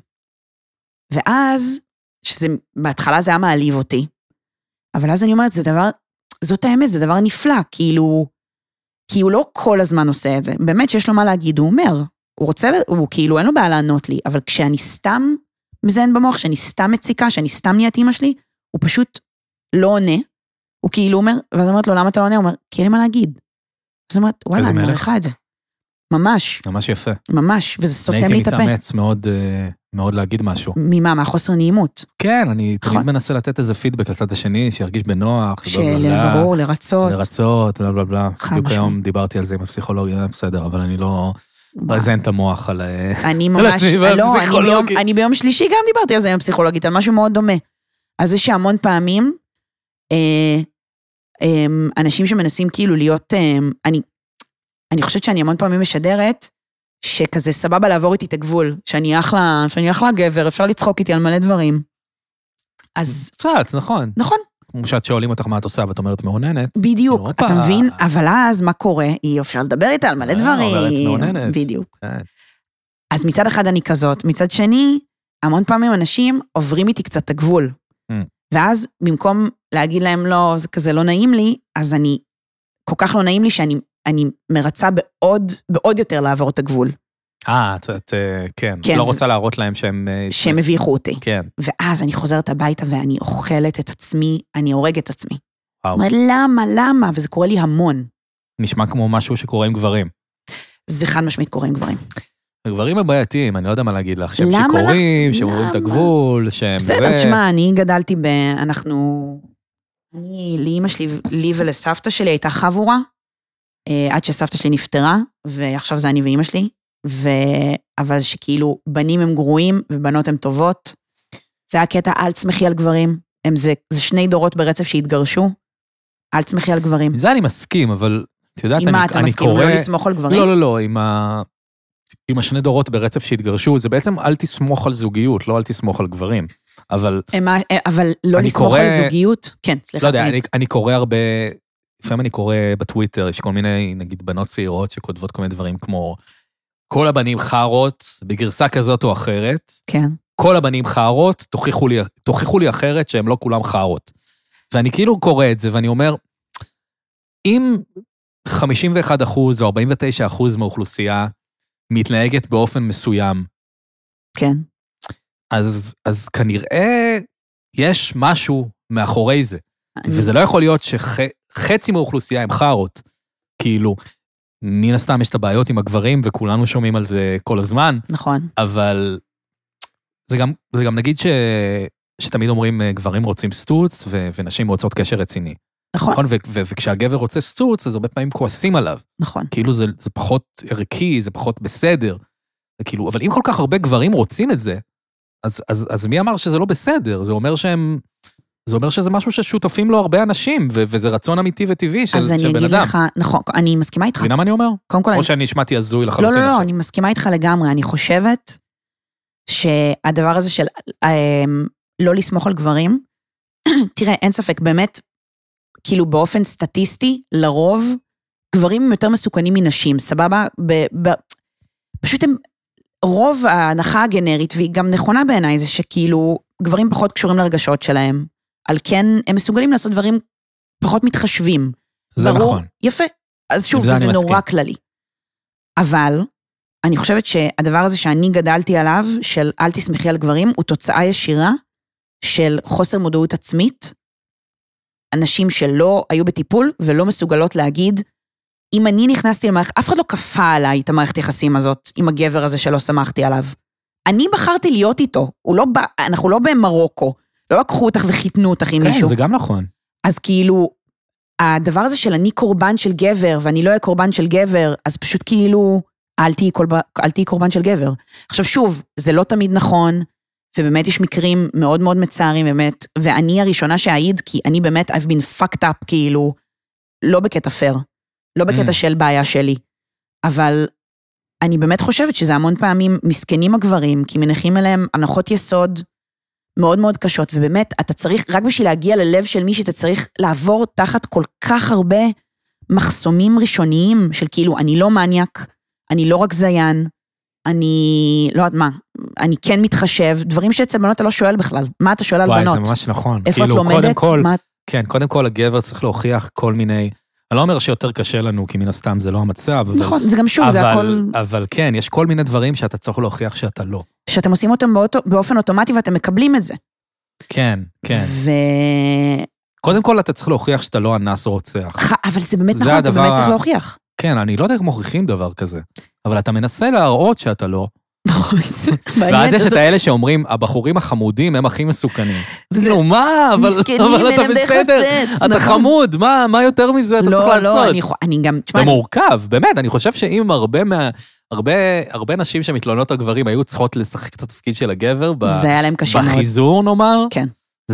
ואז, בהתחלה זה היה מעליב אותי, אבל אז אני אומרת, זה דבר, זאת האמת, זה דבר נפלא, כאילו, כי הוא לא כל הזמן עושה את זה. באמת שיש לו מה להגיד, הוא אומר, הוא כאילו אין לו בעיה לענות לי, אבל כשאני סתם מזיין במוח, כשאני סתם מציקה, כשאני סתם נהיית אמא שלי, הוא פשוט לא עונה, הוא כאילו אומר, ואז אומרת לו, למה אתה לא עונה? הוא אומר, כי אין לי מה להגיד. אז אומרת, וואלה, אני מעריכה את זה. ממש. ממש יפה. ממש, וזה סותם לי את הפה. הייתי מתאמץ מאוד להגיד משהו. ממה? מהחוסר נעימות. כן, אני תמיד מנסה לתת איזה פידבק לצד השני, שירגיש בנוח, ברור, לרצות. לרצות, בלה בלה בלה. בדיוק היום דיברתי על זה עם הפסיכולוגיה, בסדר, אבל אני לא מזיין את המוח על אני ביום שלישי גם דיברתי על זה עם הפסיכולוגית, על משהו מאוד דומה. אז זה שהמון פעמים, אנשים שמנסים כאילו להיות, אני חושבת שאני המון פעמים משדרת, שכזה סבבה לעבור איתי את הגבול, שאני אחלה גבר, אפשר לצחוק איתי על מלא דברים. אז... קצת, נכון. נכון. כמו שאת שואלים אותך מה את עושה, ואת אומרת מעוננת. בדיוק, אתה מבין? אבל אז מה קורה? אפשר לדבר איתה על מלא דברים. אומרת מעוננת. בדיוק. אז מצד אחד אני כזאת, מצד שני, המון פעמים אנשים עוברים איתי קצת את הגבול. ואז במקום להגיד להם לא, זה כזה לא נעים לי, אז אני, כל כך לא נעים לי שאני מרצה בעוד יותר לעבור את הגבול. כן. לא רוצה להראות להם שהם הביכו אותי. כן. ואז אני חוזרת הביתה ואני אוכלת את עצמי, אני הורגת את עצמי. וואו. למה? וזה קורה לי המון. נשמע כמו משהו שקורה עם גברים. זה חד משמעית קורה עם גברים. הגברים הבעייתיים, אני לא יודע מה להגיד לך, שהם שיקורים, שהם עוברים את הגבול, שהם זה... בסדר, תשמע, אני גדלתי לאמא שלי, לי ולסבתא שלי הייתה חבורה, עד שסבתא שלי נפטרה, ועכשיו זה אני ואמא שלי, אבל שכאילו בנים הם גרועים ובנות הם טובות, זה היה קטע, אל תסמכי על גברים, זה 2 דורות ברצף שהתגרשו, אל תסמכי על גברים. זה אני מסכים, אבל את יודעת, עם מה אתה מסכים? לא לסמוך על גברים? לא, עם 2 דורות ברצף שהתגרשו, זה בעצם אל תסמוך על זוגיות, לא אל תסמוך על גברים, אבל לא לסמוך על זוגיות? כן, סליחה. לא יודע, אני קורא הרבה, לפעמים אני קורא בטוויטר, יש כל מיני, נגיד, בנות צעירות שכותבות כל מיני דברים כמו, כל הבנים חארות, בגרסה כזאת או אחרת, כן. כל הבנים חארות, תוכיחו לי אחרת שהם לא כולם חארות. ואני כאילו קורא את זה, ואני אומר, אם 51% או 49% מהאוכלוסייה מתנהגת באופן מסוים, כן. אז כנראה יש משהו מאחורי זה. וזה לא יכול להיות שחצי מהאוכלוסייה הם חארות. כאילו, מן הסתם יש את הבעיות עם הגברים, וכולנו שומעים על זה כל הזמן. נכון. אבל זה גם נגיד שתמיד אומרים, גברים רוצים סטוץ, ונשים רוצות קשר רציני. נכון. וכשהגבר רוצה סטוץ, אז הרבה פעמים כועסים עליו. נכון. כאילו זה פחות ערכי, זה פחות בסדר. כאילו, אבל אם כל כך הרבה גברים רוצים את זה, אז מי אמר שזה לא בסדר? זה אומר שזה משהו ששותפים לו הרבה אנשים, וזה רצון אמיתי וטבעי של בן אדם. אז אני אגיד לך, נכון, אני מסכימה איתך. מבינה מה אני אומר? קודם כל, או שאני נשמעתי הזוי לחלוטין. לא, אני מסכימה איתך לגמרי. אני חושבת שהדבר הזה של לא לסמוך על גברים, תראה, אין ספק, באמת, כאילו באופן סטטיסטי, לרוב, גברים הם יותר מסוכנים מנשים, סבבה? פשוט הם, רוב ההנחה הגנרית, והיא גם נכונה בעיניי, זה שכאילו, גברים פחות קשורים לרגשות שלהם, על כן הם מסוגלים לעשות דברים פחות מתחשבים. זה ברור, נכון. יפה. אז שוב, זה נורא כללי. אבל, אני חושבת שהדבר הזה שאני גדלתי עליו, של אל תסמכי על גברים, הוא תוצאה ישירה של חוסר מודעות עצמית, אנשים שלא היו בטיפול, ולא מסוגלות להגיד, אם אני נכנסתי למערכת, אף אחד לא כפה עליי את המערכת יחסים הזאת, עם הגבר הזה שלא שמחתי עליו. אני בחרתי להיות איתו, אנחנו לא במרוקו, לא לקחו אותך וחיתנו אותך עם מישהו. כן, זה גם נכון. אז כאילו, הדבר הזה של אני קורבן של גבר, ואני לא אהיה קורבן של גבר, אז פשוט כאילו, אל תהי קורבן של גבר. עכשיו שוב, זה לא תמיד נכון, ובאמת יש מקרים מאוד מאוד מצערים, באמת, ואני הראשונה שהעיד, כי אני באמת, I've been fucked up, כאילו, לא בקטע פייר, לא בקטע של בעיה שלי, אבל אני באמת חושבת שזה המון פעמים מסכנים הגברים, כי מניחים אליהם הנחות יסוד מאוד מאוד קשות, ובאמת, אתה צריך, רק בשביל להגיע ללב של מי שאתה צריך לעבור תחת כל כך הרבה מחסומים ראשוניים, של כאילו, אני לא מניאק, אני לא רק זיין, אני, לא יודעת מה, אני כן מתחשב, דברים שאצל בנות אתה לא שואל בכלל, מה אתה שואל על בנות? וואי, זה ממש נכון. איפה את לומדת? כן, קודם כל הגבר צריך להוכיח כל מיני, אני לא אומר שיותר קשה לנו, כי מן הסתם זה לא המצב. נכון, זה גם שוב, זה הכל... אבל כן, יש כל מיני דברים שאתה צריך להוכיח שאתה לא. שאתם עושים אותם באופן אוטומטי ואתם מקבלים את זה. כן, כן. קודם כל אתה צריך להוכיח שאתה לא אנס או רוצח. אבל זה באמת נכון, אתה באמת צריך להוכיח. כן, אני לא יודע איך מוכיחים דבר כזה, אבל אתה מנסה להראות שאתה לא. ואז יש את האלה שאומרים, הבחורים החמודים הם הכי מסוכנים. זה כאילו, מה? אבל אתה בסדר, אתה חמוד, מה יותר מזה אתה צריך לעשות? לא, אני גם... זה מורכב, באמת, אני חושב שאם הרבה נשים שמתלונות על גברים היו צריכות לשחק את התפקיד של הגבר, זה היה להם קשה מאוד. בחיזור נאמר, כן.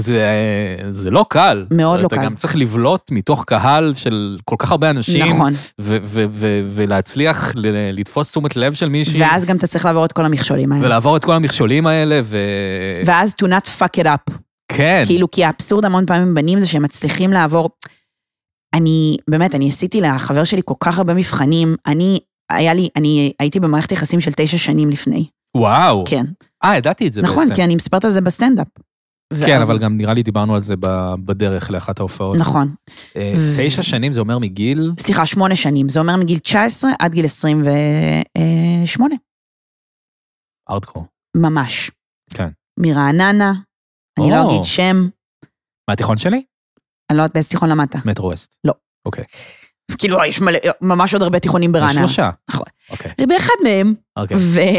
זה לא קל. מאוד לא קל. אתה גם צריך לבלוט מתוך קהל של כל כך הרבה אנשים. נכון. ולהצליח לתפוס תשומת לב של מישהי. ואז גם אתה צריך לעבור את כל המכשולים האלה. ולעבור את כל המכשולים האלה, ואז to not fuck it up. כן. כאילו, כי האבסורד המון פעמים בנים זה שהם מצליחים לעבור... באמת, אני עשיתי לחבר שלי כל כך הרבה מבחנים. אני הייתי במערכת יחסים של 9 שנים לפני. וואו. כן. ידעתי את זה בעצם. נכון, כי אני מספרת על זה בסטנדאפ. כן, אבל גם נראה לי דיברנו על זה בדרך לאחת ההופעות. נכון. 9 שנים זה אומר מגיל? סליחה, 8 שנים. זה אומר מגיל 19 עד גיל 28. ארדקור. ממש. כן. מרעננה, אני לא אגיד שם. מהתיכון שלי? אני לא יודעת באיזה תיכון למדת. מטרו ווסט. לא. אוקיי. כאילו, יש ממש עוד הרבה תיכונים ברעננה. 3. נכון. אוקיי. זה באחד מהם. אוקיי.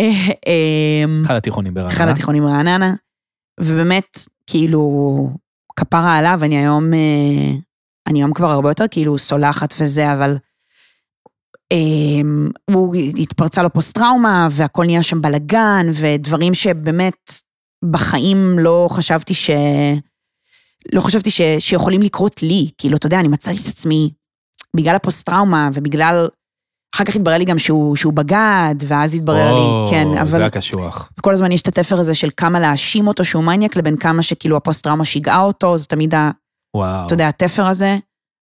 אחד התיכונים ברעננה. אחד התיכונים ברעננה. ובאמת, כאילו, כפרה עליו, אני היום כבר הרבה יותר, כאילו, סולחת וזה, אבל הוא התפרצה לו פוסט-טראומה, והכל נהיה שם בלגן, ודברים שבאמת בחיים לא חשבתי שיכולים לקרות לי, כאילו, אתה יודע, אני מצאתי את עצמי, בגלל הפוסט-טראומה, ובגלל... אחר כך התברר לי גם שהוא בגד, ואז התברר לי, כן, אבל... זה הקשוח. כל הזמן יש את התפר הזה של כמה להאשים אותו שהוא מניאק, לבין כמה שכאילו הפוסט-טראומה שיגעה אותו, זה תמיד, אתה יודע, התפר הזה,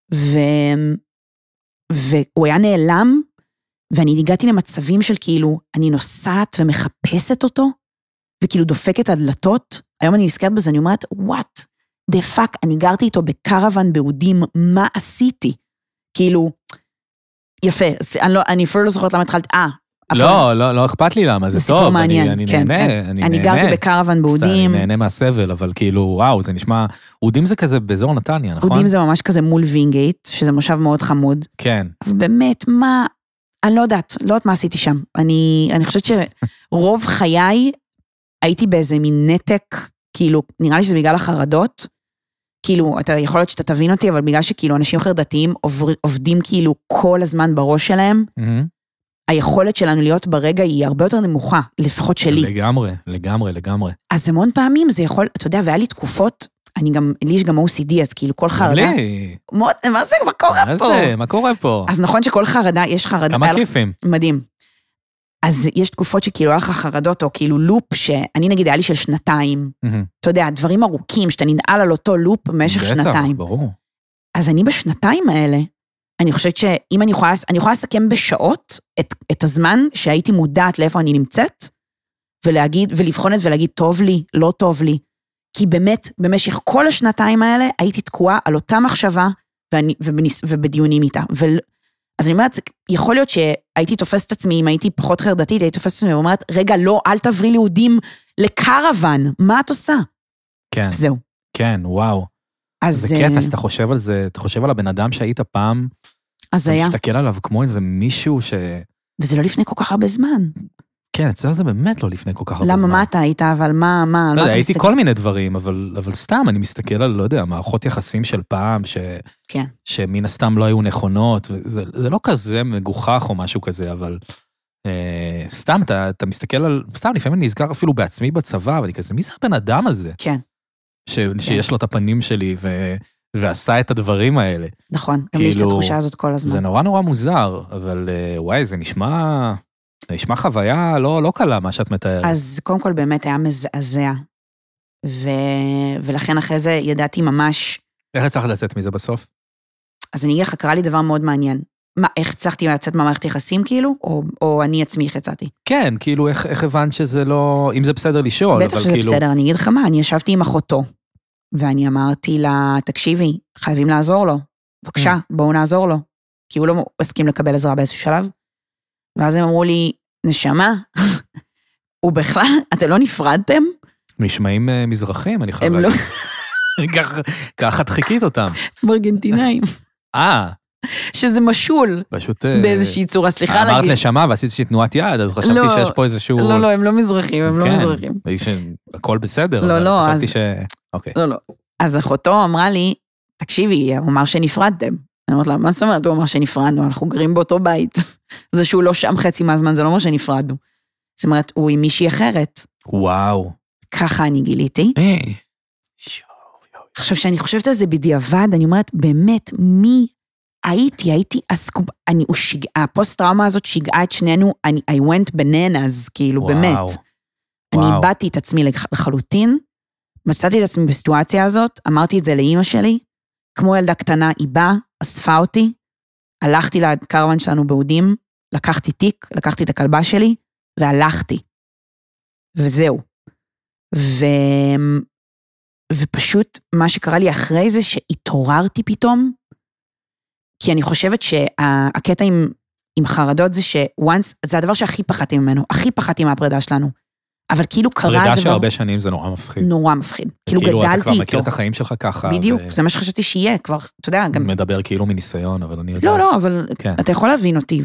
והוא היה נעלם, ואני הגעתי למצבים של כאילו, אני נוסעת ומחפשת אותו, וכאילו דופקת הדלתות, היום אני נזכרת בזה, אני אומרת, what the fuck, אני גרתי איתו בקרוון בעודים, מה עשיתי? כאילו... יפה, אני אפילו לא זוכרת למה התחלתי, לא אכפת לי למה, זה טוב, אני נהנה. אני גרתי בקרוון בעודים. אני נהנה מהסבל, אבל כאילו, וואו, זה נשמע, עודים זה כזה באזור נתניה, נכון? עודים זה ממש כזה מול וינגייט, שזה מושב מאוד חמוד. כן. אבל באמת, מה, אני לא יודעת מה עשיתי שם. אני חושבת שרוב חיי הייתי באיזה מין נתק, כאילו, נראה לי שזה בגלל החרדות, כאילו, אתה יכול להיות שאתה תבין אותי, אבל בגלל שכאילו אנשים חרדתיים עובדים כאילו כל הזמן בראש שלהם, היכולת שלנו להיות ברגע היא הרבה יותר נמוכה, לפחות שלי. לגמרי. אז המון פעמים זה יכול, אתה יודע, והיה לי תקופות, לי יש גם OCD, אז כאילו כל חרדה. מה זה, מה קורה פה? מה קורה פה? אז נכון שכל חרדה, יש חרדה. כמה כיפים. מדהים. אז יש תקופות שכאילו היה לך חרדות, או כאילו לופ, שאני נגיד היה לי של 2 אתה יודע, דברים ארוכים, שאתה ננעל על אותו לופ במשך 2 בטח, ברור. אז אני ב2 האלה, אני חושבת שאם אני יכולה לסכם בשעות את הזמן שהייתי מודעת לאיפה אני נמצאת, ולבחון את ולהגיד, טוב לי, לא טוב לי, כי באמת, במשך כל 2 האלה, הייתי תקועה על אותה מחשבה, ובדיונים איתה. אז אני אומרת, יכול להיות שהייתי תופסת את עצמי, אם הייתי פחות חרדתית, הייתי תופסת את עצמי, ואומרת, רגע, לא, אל תעברי ליהודים לקרוון, מה את עושה? כן. זהו. כן, וואו. זה קטע שאתה חושב על זה, אתה חושב על הבן אדם שהיית פעם, אתה מסתכל עליו כמו איזה מישהו וזה לא לפני כל כך הרבה זמן. כן, אצלנו זה באמת לא לפני כל כך הרבה זמן. למה, מה אתה היית, אבל מה? לא יודע, הייתי כל מיני דברים, אבל סתם, אני מסתכל על, לא יודע, מערכות יחסים של פעם, שמן הסתם לא היו נכונות, זה לא כזה מגוחך או משהו כזה, אבל סתם, אתה מסתכל על, סתם, לפעמים אני נזכר אפילו בעצמי בצבא, ואני כזה, מי זה הבן אדם הזה? כן. שיש לו את הפנים שלי, ועשה את הדברים האלה. נכון, גם יש את התחושה הזאת כל הזמן. זה נורא נורא מוזר, אבל וואי, זה נשמע חוויה לא קלה, מה שאת מתארת. אז קודם כל באמת היה מזעזע, ולכן אחרי זה ידעתי ממש... איך הצלחת לצאת מזה בסוף? אז אני אגיד לך, קרה לי דבר מאוד מעניין. מה, איך הצלחתי לצאת מהמערכת יחסים כאילו, או אני עצמי איך יצאתי? כן, כאילו איך הבנת שזה לא... אם זה בסדר לשאול, בטח שזה בסדר, אני אגיד לך מה, אני ישבתי עם אחותו, ואני אמרתי לה, תקשיבי, חייבים לעזור לו. בבקשה, בואו נעזור לו. כי הוא לא הסכים לקבל עזרה באיזשהו שלב. ואז הם אמרו לי, נשמה, הוא בכלל, אתם לא נפרדתם? נשמעים מזרחים, אני חייב להגיד. ככה דחיקית אותם. בארגנטינאים. שזה משול. פשוט... באיזושהי צורה, סליחה להגיד. אמרת לשמה ועשית שהיא תנועת יד, אז חשבתי שיש פה איזשהו... לא, הם לא מזרחים, הם לא מזרחים. הכל בסדר, אבל חשבתי ש... אוקיי. לא. אז אחותו אמרה לי, תקשיבי, הוא אמר שנפרדתם. אני אומרת לה, מה זאת אומרת? הוא אמר שנפרדנו, אנחנו גרים באותו בית. זה שהוא לא שם חצי מהזמן, זה לא אומר שנפרדנו. זאת אומרת, הוא עם מישהי אחרת. וואו. ככה אני גיליתי. עכשיו, שאני חושבת על זה בדיעבד, אני אומרת, באמת, מי הייתי אסקוב, הפוסט-טראומה הזאת שיגעה את שנינו, I went bananas, כאילו, באמת. אני איבדתי את עצמי לחלוטין, מצאתי את עצמי בסיטואציה הזאת, אמרתי את זה לאמא שלי, כמו ילדה קטנה, היא באה, אספה אותי, הלכתי לקרוון שלנו בעודים, לקחתי תיק, לקחתי את הכלבה שלי, והלכתי. וזהו. ופשוט מה שקרה לי אחרי זה, שהתעוררתי פתאום, כי אני חושבת שהקטע עם חרדות זה שוואנס, זה הדבר שהכי פחדתי ממנו, הכי פחדתי מהפרידה שלנו. אבל כאילו קרה דבר... פרידה של הרבה שנים זה נורא מפחיד. נורא מפחיד. כאילו גדלתי איתו. אתה כבר מכיר את החיים שלך ככה. בדיוק, זה מה שחשבתי שיהיה, כבר, אתה יודע, גם... מדבר כאילו מניסיון, אבל אני יודע... לא, אבל אתה יכול להבין אותי,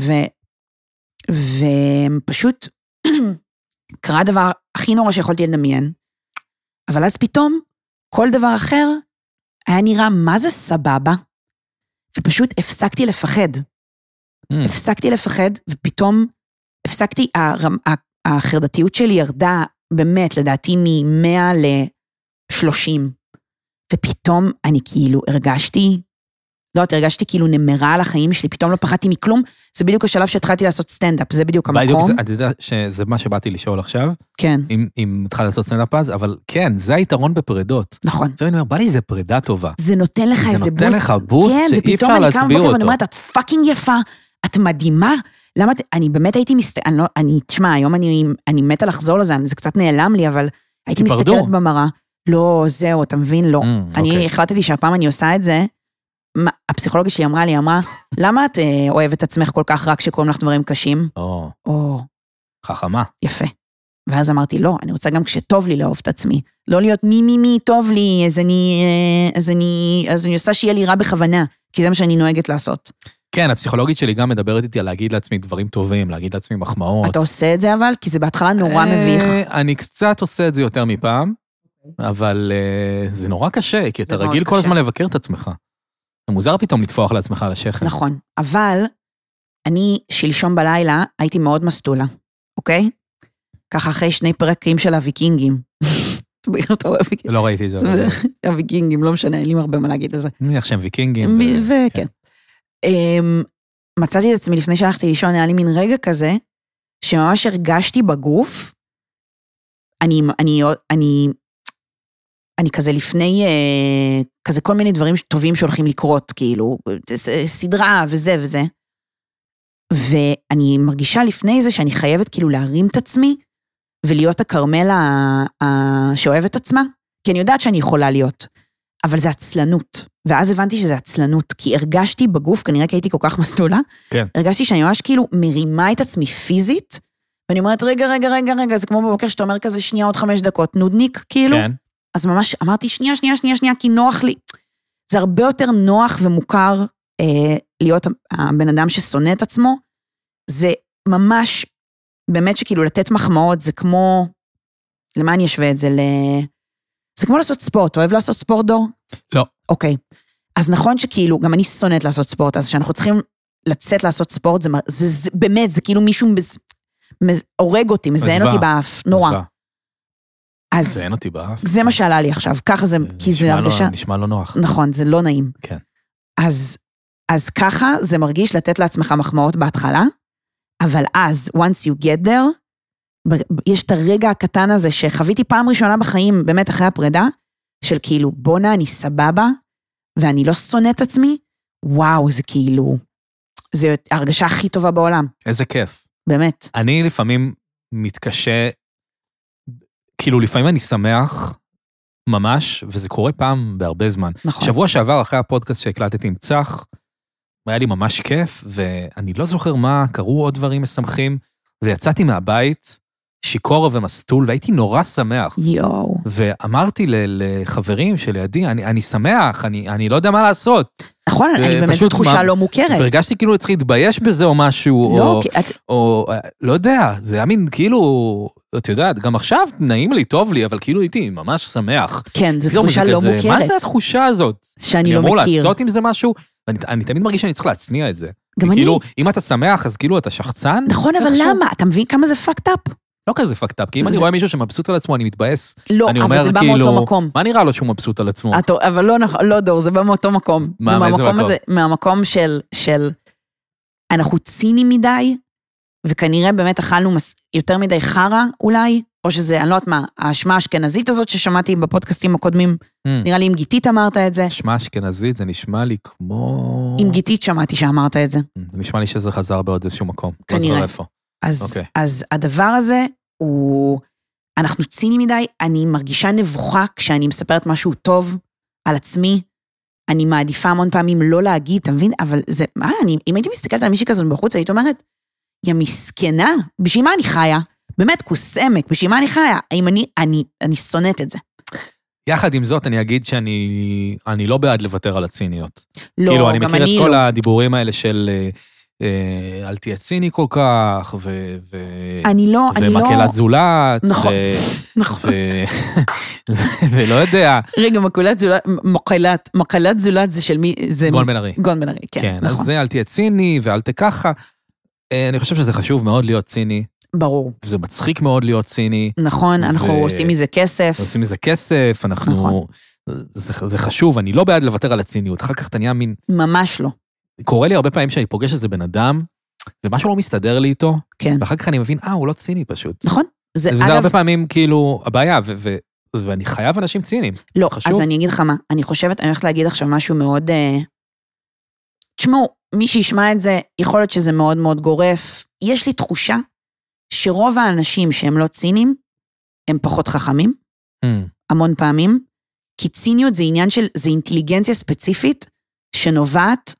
ופשוט קרה הדבר הכי נורא שיכולתי לדמיין, אבל אז פתאום, כל דבר אחר היה נראה מה זה סבבה, ופשוט הפסקתי לפחד. הפסקתי לפחד, ופתאום הפסקתי, החרדתיות שלי ירדה באמת, לדעתי, מ-100 ל-30, ופתאום אני כאילו הרגשתי כאילו נמרה על החיים שלי, פתאום לא פחדתי מכלום, זה בדיוק השלב שהתחלתי לעשות סטנדאפ, זה בדיוק המקום. אתה יודע שזה מה שבאתי לשאול עכשיו? כן. אם התחלתי לעשות סטנדאפ אז, אבל כן, זה היתרון בפרידות. נכון. ואני אומר, בא לי איזה פרידה טובה. זה נותן לך איזה בוסט. זה נותן לך בוסט שאי אפשר להסביר אותו. ואני אומרת, את פאקינג יפה, את מדהימה, למה, אני באמת הייתי תשמע, היום אני מתה לחזור לזה, זה קצת נעלם לי, אבל הייתי מסתכלת במראה, לא, זהו, אתה מבין, לא. אני החלטתי שהפעם אני עושה את זה, הפסיכולוגית שלי אמרה, למה את אוהבת עצמך כל כך רק שקוראים לך דברים קשים? חכמה. יפה. ואז אמרתי, לא, אני רוצה גם כשטוב לי לאהוב את עצמי, לא להיות מי טוב לי, אז אני עושה שיהיה לי רע בכוונה, כי זה מה שאני נוהגת לעשות. כן, הפסיכולוגית שלי גם מדברת איתי על להגיד לעצמי דברים טובים, להגיד לעצמי מחמאות. אתה עושה את זה אבל? כי זה בהתחלה נורא מביך. אני קצת עושה את זה יותר מפעם, אבל זה נורא קשה, כי אתה רגיל כל הזמן לבקר את עצמך. זה מוזר פתאום לטפוח לעצמך על השכם. נכון, אבל אני שלשום בלילה הייתי מאוד מסטולה, אוקיי? ככה אחרי 2 פרקים של הוויקינגים. לא ראיתי את זה. הוויקינגים, לא משנה, אין לי הרבה מה להגיד על זה. אני מניח שהם ויקינגים. וכן. מצאתי את עצמי לפני שהלכתי לישון, היה לי מין רגע כזה, שממש הרגשתי בגוף, אני כזה לפני, כזה כל מיני דברים טובים שהולכים לקרות, כאילו, סדרה וזה וזה, ואני מרגישה לפני זה שאני חייבת כאילו להרים את עצמי, ולהיות הקרמל שאוהב את עצמה, כי אני יודעת שאני יכולה להיות, אבל זה עצלנות, ואז הבנתי שזה עצלנות, כי הרגשתי בגוף, כנראה כי הייתי כל כך מסלולה, כן. הרגשתי שאני ממש כאילו מרימה את עצמי פיזית, ואני אומרת, רגע, זה כמו בבוקר שאתה אומר כזה שנייה עוד 5 דקות, נודניק, כאילו, כן. אז ממש אמרתי, שנייה, כי נוח לי, זה הרבה יותר נוח ומוכר להיות הבן אדם ששונא את עצמו, זה ממש, באמת שכאילו לתת מחמאות, זה כמו, למה אני אשווה את זה? זה כמו לעשות ספורט, אוהב לעשות ספורט דור? לא. אוקיי, אז נכון שכאילו, גם אני שונאת לעשות ספורט, אז שאנחנו צריכים לצאת לעשות ספורט, זה באמת, זה כאילו מישהו הורג אותי, מזיין אותי באף, נורא. מזיין אותי באף. זה מה שעלה לי עכשיו, ככה זה, כי זה הרגשה. נשמע לא נוח. נכון, זה לא נעים. כן. אז ככה זה מרגיש לתת לעצמך מחמאות בהתחלה, אבל אז, once you get there, יש את הרגע הקטן הזה שחוויתי פעם ראשונה בחיים, באמת אחרי הפרידה, של כאילו, בונה, אני סבבה, ואני לא שונא את עצמי, וואו, זה כאילו, זה הרגשה הכי טובה בעולם. איזה כיף. באמת. אני לפעמים מתקשה, כאילו לפעמים אני שמח ממש, וזה קורה פעם בהרבה זמן. נכון. שבוע שעבר אחרי הפודקאסט שהקלטתי עם צח, היה לי ממש כיף, ואני לא זוכר מה, קרו עוד דברים משמחים, ויצאתי מהבית, שיקור ומסטול, והייתי נורא שמח. יואו. ואמרתי לחברים שלידי, אני שמח, אני לא יודע מה לעשות. נכון, אני באמת זו תחושה לא מוכרת. והרגשתי כאילו צריך להתבייש בזה או משהו, או לא יודע, זה היה מין כאילו, את יודעת, גם עכשיו נעים לי, טוב לי, אבל כאילו הייתי ממש שמח. כן, זו תחושה לא מוכרת. מה זה התחושה הזאת? שאני לא מכיר. אני אמור לעשות עם זה משהו, ואני תמיד מרגיש שאני צריך להצניע את זה. גם אני. כאילו, אם אתה שמח, אז כאילו אתה שחצן. נכון, אבל למה? אתה מבין כמה זה fucked up? לא כזה fucked up, כי אם אני רואה מישהו שמבסוט על עצמו, אני מתבאס. לא, אבל זה בא מאותו מקום. מה נראה לו שהוא מבסוט על עצמו? אבל לא דור, זה בא מאותו מקום. מה, מאיזה מקום? מהמקום של אנחנו צינים מדי, וכנראה באמת אכלנו יותר מדי חרה אולי, או שזה, אני לא יודעת מה, האשמה האשכנזית הזאת ששמעתי בפודקאסטים הקודמים, נראה לי עם גיתית אמרת את זה. אשמה אשכנזית, זה נשמע לי כמו... עם גיתית שמעתי שאמרת את זה. זה נשמע לי שזה חזר בעוד איזשהו מקום. כנראה. אז הדבר הזה הוא, אנחנו צינים מדי, אני מרגישה נבוכה כשאני מספרת משהו טוב על עצמי, אני מעדיפה המון פעמים לא להגיד, אתה מבין? אבל זה, אם הייתי מסתכלת על מישהי כזאת בחוץ, היית אומרת, יא מסכנה, בשביל מה אני חיה? באמת כוסמק, בשביל מה אני חיה? האם אני שונאת את זה. יחד עם זאת, אני אגיד שאני לא בעד לוותר על הציניות. לא, כאילו, אני מכיר את כל לא. הדיבורים האלה של אל תהיה ציני כל כך, ומקהלת זולת, ולא יודע. רגע, מקהלת זולת זה של מי? גון בן ארי. גון בן ארי, כן. כן, אז זה אל תהיה ציני ואל תככה. אני חושב שזה חשוב מאוד להיות ציני. ברור. וזה מצחיק מאוד להיות ציני. נכון, אנחנו עושים מזה כסף. עושים מזה כסף, אנחנו... זה חשוב, אני לא בעד לוותר על הציניות, אחר כך אתה נהיה מין... ממש לא. קורה לי הרבה פעמים שאני פוגש איזה בן אדם, ומשהו לא מסתדר לי איתו, כן. ואחר כך אני מבין, הוא לא ציני פשוט. נכון. וזה הרבה פעמים כאילו הבעיה, ואני חייב אנשים ציניים. לא, אז אני אגיד לך מה, אני הולכת להגיד עכשיו משהו מאוד... תשמעו, מי שישמע את זה, יכול להיות שזה מאוד מאוד גורף. יש לי תחושה שרוב האנשים שהם לא ציניים, הם פחות חכמים, המון פעמים, כי ציניות זה עניין זה אינטליגנציה ספציפית, שנובעת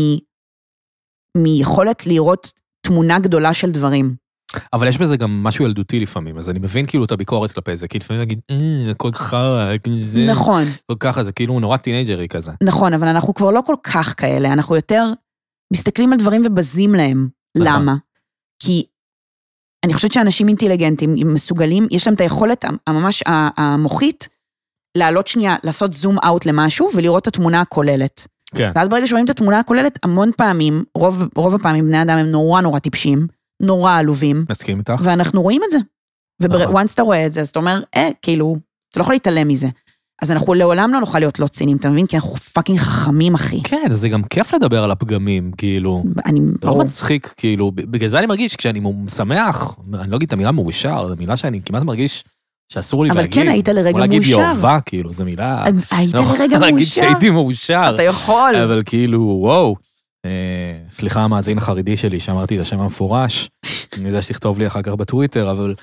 מיכולת לראות תמונה גדולה של דברים. אבל יש בזה גם משהו ילדותי לפעמים, אז אני מבין כאילו את הביקורת כלפי זה, כי לפעמים נגיד, הכל חרא, זה... נכון. כל ככה, זה כאילו נורא טינג'רי כזה. נכון, אבל אנחנו כבר לא כל כך כאלה, אנחנו יותר מסתכלים על דברים ובזים להם. נכון. למה? כי אני חושבת שאנשים אינטליגנטים, מסוגלים, יש להם את היכולת הממש המוחית, לעלות שנייה, לעשות זום אאוט למשהו, ולראות את התמונה הכוללת. כן. ואז ברגע שרואים את התמונה הכוללת, המון פעמים, רוב הפעמים בני אדם הם נורא טיפשים, נורא עלובים. מסכים איתך. ואנחנו רואים את זה. וואנס אתה רואה את זה, אז אתה אומר, כאילו, אתה לא יכול להתעלם מזה. אז אנחנו לעולם לא נוכל להיות לא צינים, אתה מבין? כי אנחנו פאקינג חכמים, אחי. כן, זה גם כיף לדבר על הפגמים, כאילו. לא מצחיק, כאילו, בגלל זה אני מרגיש, כשאני שמח, אני לא אגיד את המילה מאושר, זו מילה שאני כמעט מרגיש שאסור לי להגיד. אבל כן, היית לרגע מאושר. או להגיד יאהבה, כאילו, זו מילה. היית לרגע מאושר. להגיד שהייתי מאושר. אתה יכול. אבל כאילו, וואו. סליחה, המאזין החרדי שלי, שאמרתי את השם המפורש. אני יודע שתכתוב לי אחר כך בטוויטר, אבל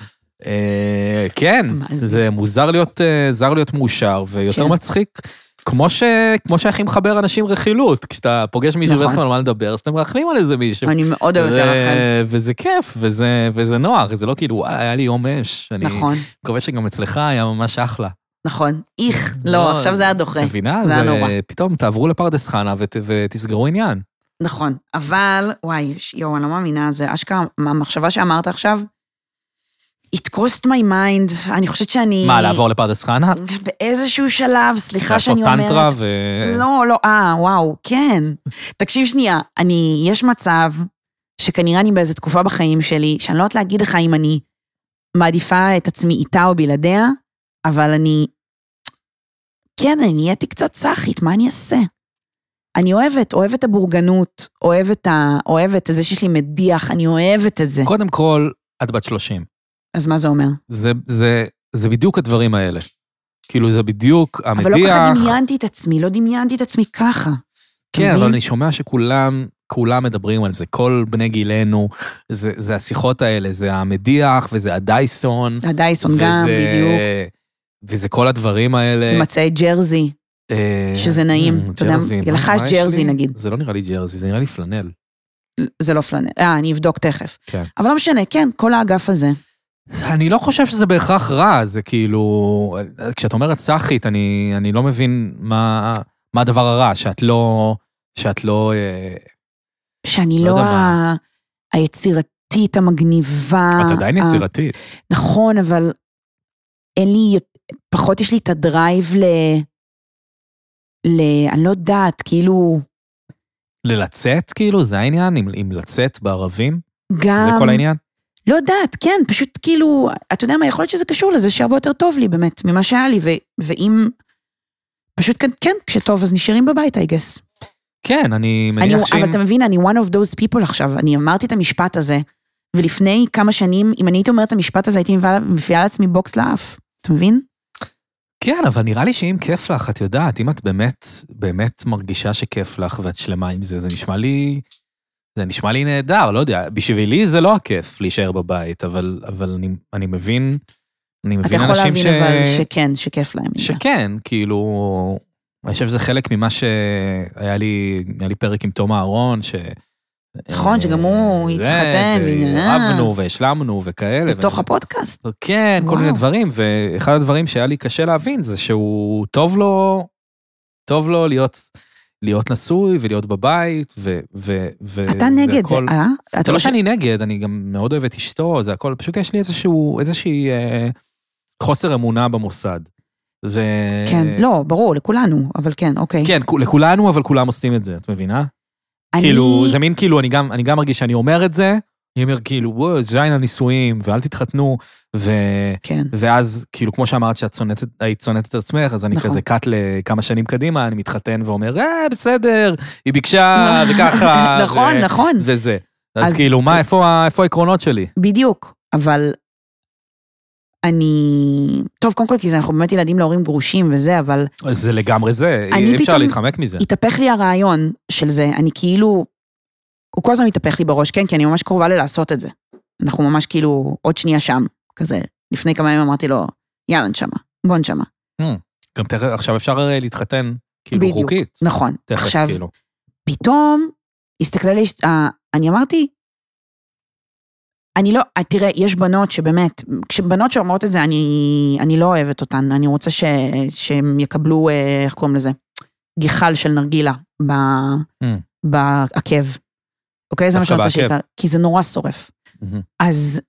כן, זה מוזר להיות מאושר, ויותר מצחיק, כמו שהכי מחבר אנשים רכילות, כשאתה פוגש מישהו ואתה על מה לדבר, אז אתם מרחלים על איזה מישהו. אני מאוד אוהבת להרחל. וזה כיף, וזה נוח, זה לא כאילו, היה לי יום אש. נכון. אני מקווה שגם אצלך היה ממש אחלה. נכון. לא, עכשיו זה היה דוחה. מבינה? פתאום תעברו לפרדס חנה ותסגרו עניין. נכון, אבל, וואי, יו, אני לא מאמינה, זה אשכרה, המחשבה שאמרת עכשיו, it crossed my mind, אני חושבת שאני... מה, לעבור לפרדס חנה? באיזשהו שלב, סליחה שאני אומרת... לעשות טנטרה לא, וואו, כן. תקשיב שנייה, יש מצב שכנראה אני באיזו תקופה בחיים שלי, שאני לא יודעת להגיד לך אם אני מעדיפה את עצמי איתה או בלעדיה, אבל כן, אני נהייתי קצת סחית, מה אני אעשה? אני אוהבת הבורגנות, אוהבת את זה שיש לי מדיח, אני אוהבת את זה. קודם כל, את בת 30. אז מה זה אומר? זה בדיוק הדברים האלה. כאילו, זה בדיוק המדיח... אבל לא ככה דמיינתי את עצמי ככה. כן, אבל אני שומע כולם מדברים על זה, כל בני גילנו, זה השיחות האלה, זה המדיח, וזה הדייסון. הדייסון גם, בדיוק. וזה כל הדברים האלה. מצאי ג'רזי. שזה נעים, אתה יודע, לך יש ג'רזי נגיד. זה לא נראה לי ג'רזי, זה נראה לי פלנל. זה לא פלנל, אני אבדוק תכף. אבל לא משנה, כן, כל האגף הזה. אני לא חושב שזה בהכרח רע, זה כאילו, כשאת אומרת סחית, אני לא מבין מה הדבר הרע, שאת לא... שאני לא היצירתית, המגניבה. את עדיין יצירתית. נכון, אבל פחות יש לי את הדרייב אני לא יודעת, כאילו... ללצאת, כאילו? זה העניין? אם לצאת בערבים? גם... זה כל העניין? לא יודעת, כן, פשוט כאילו... אתה יודע מה, יכול להיות שזה קשור לזה שהרבה יותר טוב לי, באמת, ממה שהיה לי, ואם... פשוט כן, כשטוב, אז נשארים בבית, I guess. כן, אני מניח שאם... אבל אתה מבין, אני one of those people עכשיו, אני אמרתי את המשפט הזה, ולפני כמה שנים, אם אני הייתי אומרת את המשפט הזה, הייתי מביאה לעצמי בוקס לאף. אתה מבין? כן, אבל נראה לי שאם כיף לך, את יודעת, אם את באמת מרגישה שכיף לך ואת שלמה עם זה, זה נשמע לי נהדר, לא יודע, בשבילי זה לא הכיף להישאר בבית, אבל אני מבין אנשים אתה יכול להבין אבל שכן, שכיף להם. שכן, כאילו, אני חושב שזה חלק ממה שהיה לי פרק עם תום אהרון, נכון, שגם הוא התחתן. ורבנו והשלמנו וכאלה. בתוך הפודקאסט. כן, כל מיני דברים, ואחד הדברים שהיה לי קשה להבין, זה שהוא טוב לו להיות נשוי ולהיות בבית, אתה נגד זה, זה לא שאני נגד, אני גם מאוד אוהב את אשתו, זה הכל, פשוט יש לי איזושהי חוסר אמונה במוסד. כן, לא, ברור, לכולנו, אבל כן, אוקיי. כן, לכולנו, אבל כולם עושים את זה, את מבינה? כאילו, זה מין כאילו, אני גם מרגיש שאני אומר את זה, אני אומר כאילו, וואו, זיין הנישואים, ואל תתחתנו, ואז כאילו, כמו שאמרת שהיית שונאת את עצמך, אז אני כזה קאט לכמה שנים קדימה, אני מתחתן ואומר, בסדר, היא ביקשה וככה, נכון. וזה. אז כאילו, מה, איפה העקרונות שלי? בדיוק, אבל טוב, קודם כל, כי אנחנו באמת ילדים להורים גרושים וזה, אבל... זה לגמרי זה, אי אפשר להתחמק מזה. התהפך לי הרעיון של זה, אני כאילו... הוא כל הזמן מתהפך לי בראש, כן, כי אני ממש קרובה לעשות את זה. אנחנו ממש כאילו עוד שנייה שם, כזה. לפני כמה ימים אמרתי לו, יאללה, נשמה, בוא נשמה. גם עכשיו אפשר להתחתן, כאילו חוקית. נכון. עכשיו, פתאום, הסתכלה לי, אני אמרתי, אני לא, תראה, יש בנות שבאמת, כשבנות שאומרות את זה, אני לא אוהבת אותן, אני רוצה שהם יקבלו, איך קוראים לזה? גיחל של נרגילה בעקב. אוקיי? זה מה שאני רוצה שיקרה, כי זה נורא שורף. אז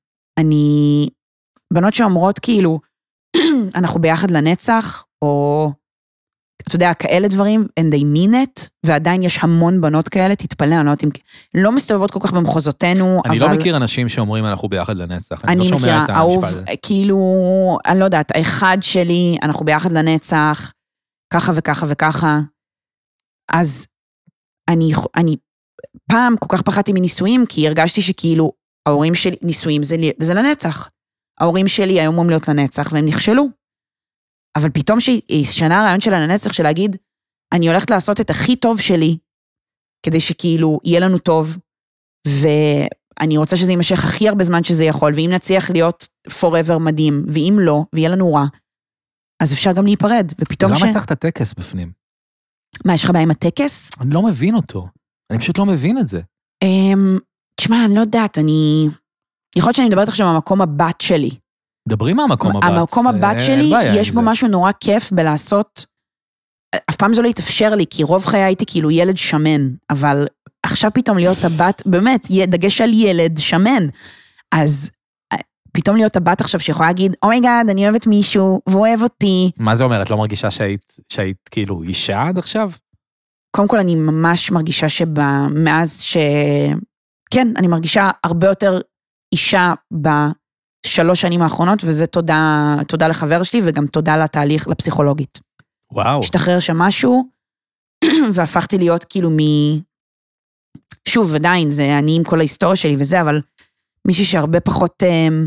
בנות שאומרות כאילו, אנחנו ביחד לנצח, או אתה יודע, כאלה דברים, and they mean it, ועדיין יש המון בנות כאלה, תתפלא, אני לא יודעת אם... לא מסתובבות כל כך במחוזותינו, אני לא מכיר אנשים שאומרים אנחנו ביחד לנצח, אני לא שומע מכירה, את המשפט. כאילו, אני לא יודעת, האחד שלי, אנחנו ביחד לנצח, ככה וככה וככה, אז אני פעם כל כך פחדתי מנישואים, כי הרגשתי שכאילו, ההורים שלי, נישואים זה לנצח. ההורים שלי היום אומרים להיות לנצח, והם נכשלו. אבל פתאום שנה הרעיון של לנצח, של להגיד, אני הולכת לעשות את הכי טוב שלי, כדי שכאילו יהיה לנו טוב, ואני רוצה שזה יימשך הכי הרבה זמן שזה יכול, ואם נצליח להיות forever מדהים, ואם לא, ויהיה לנו רע, אז אפשר גם להיפרד, ופתאום למה צריך את הטקס בפנים? מה, יש לך בעיה עם הטקס? אני לא מבין אותו. אני פשוט לא מבין את זה. תשמע, אני לא יודעת, יכול להיות שאני מדברת עכשיו מהמקום הבת שלי. דברים מהמקום הבת. המקום הבת שלי, יש בו משהו נורא כיף בלעשות, אף פעם זה לא התאפשר לי, כי רוב חיי הייתי כאילו ילד שמן, אבל עכשיו פתאום להיות הבת, באמת, דגש על ילד שמן, אז פתאום להיות הבת עכשיו שיכולה להגיד, אומייגאד, אני אוהבת מישהו, והוא אוהב אותי. מה זה אומר? את לא מרגישה שהיית כאילו אישה עד עכשיו? קודם כל אני ממש מרגישה שמאז כן, אני מרגישה הרבה יותר אישה בשלוש שנים האחרונות, וזה תודה לחבר שלי, וגם תודה לתהליך, לפסיכולוגית. וואו. השתחרר שם משהו, והפכתי להיות כאילו שוב, עדיין, זה אני עם כל ההיסטוריה שלי וזה, אבל מישהי שהרבה פחות,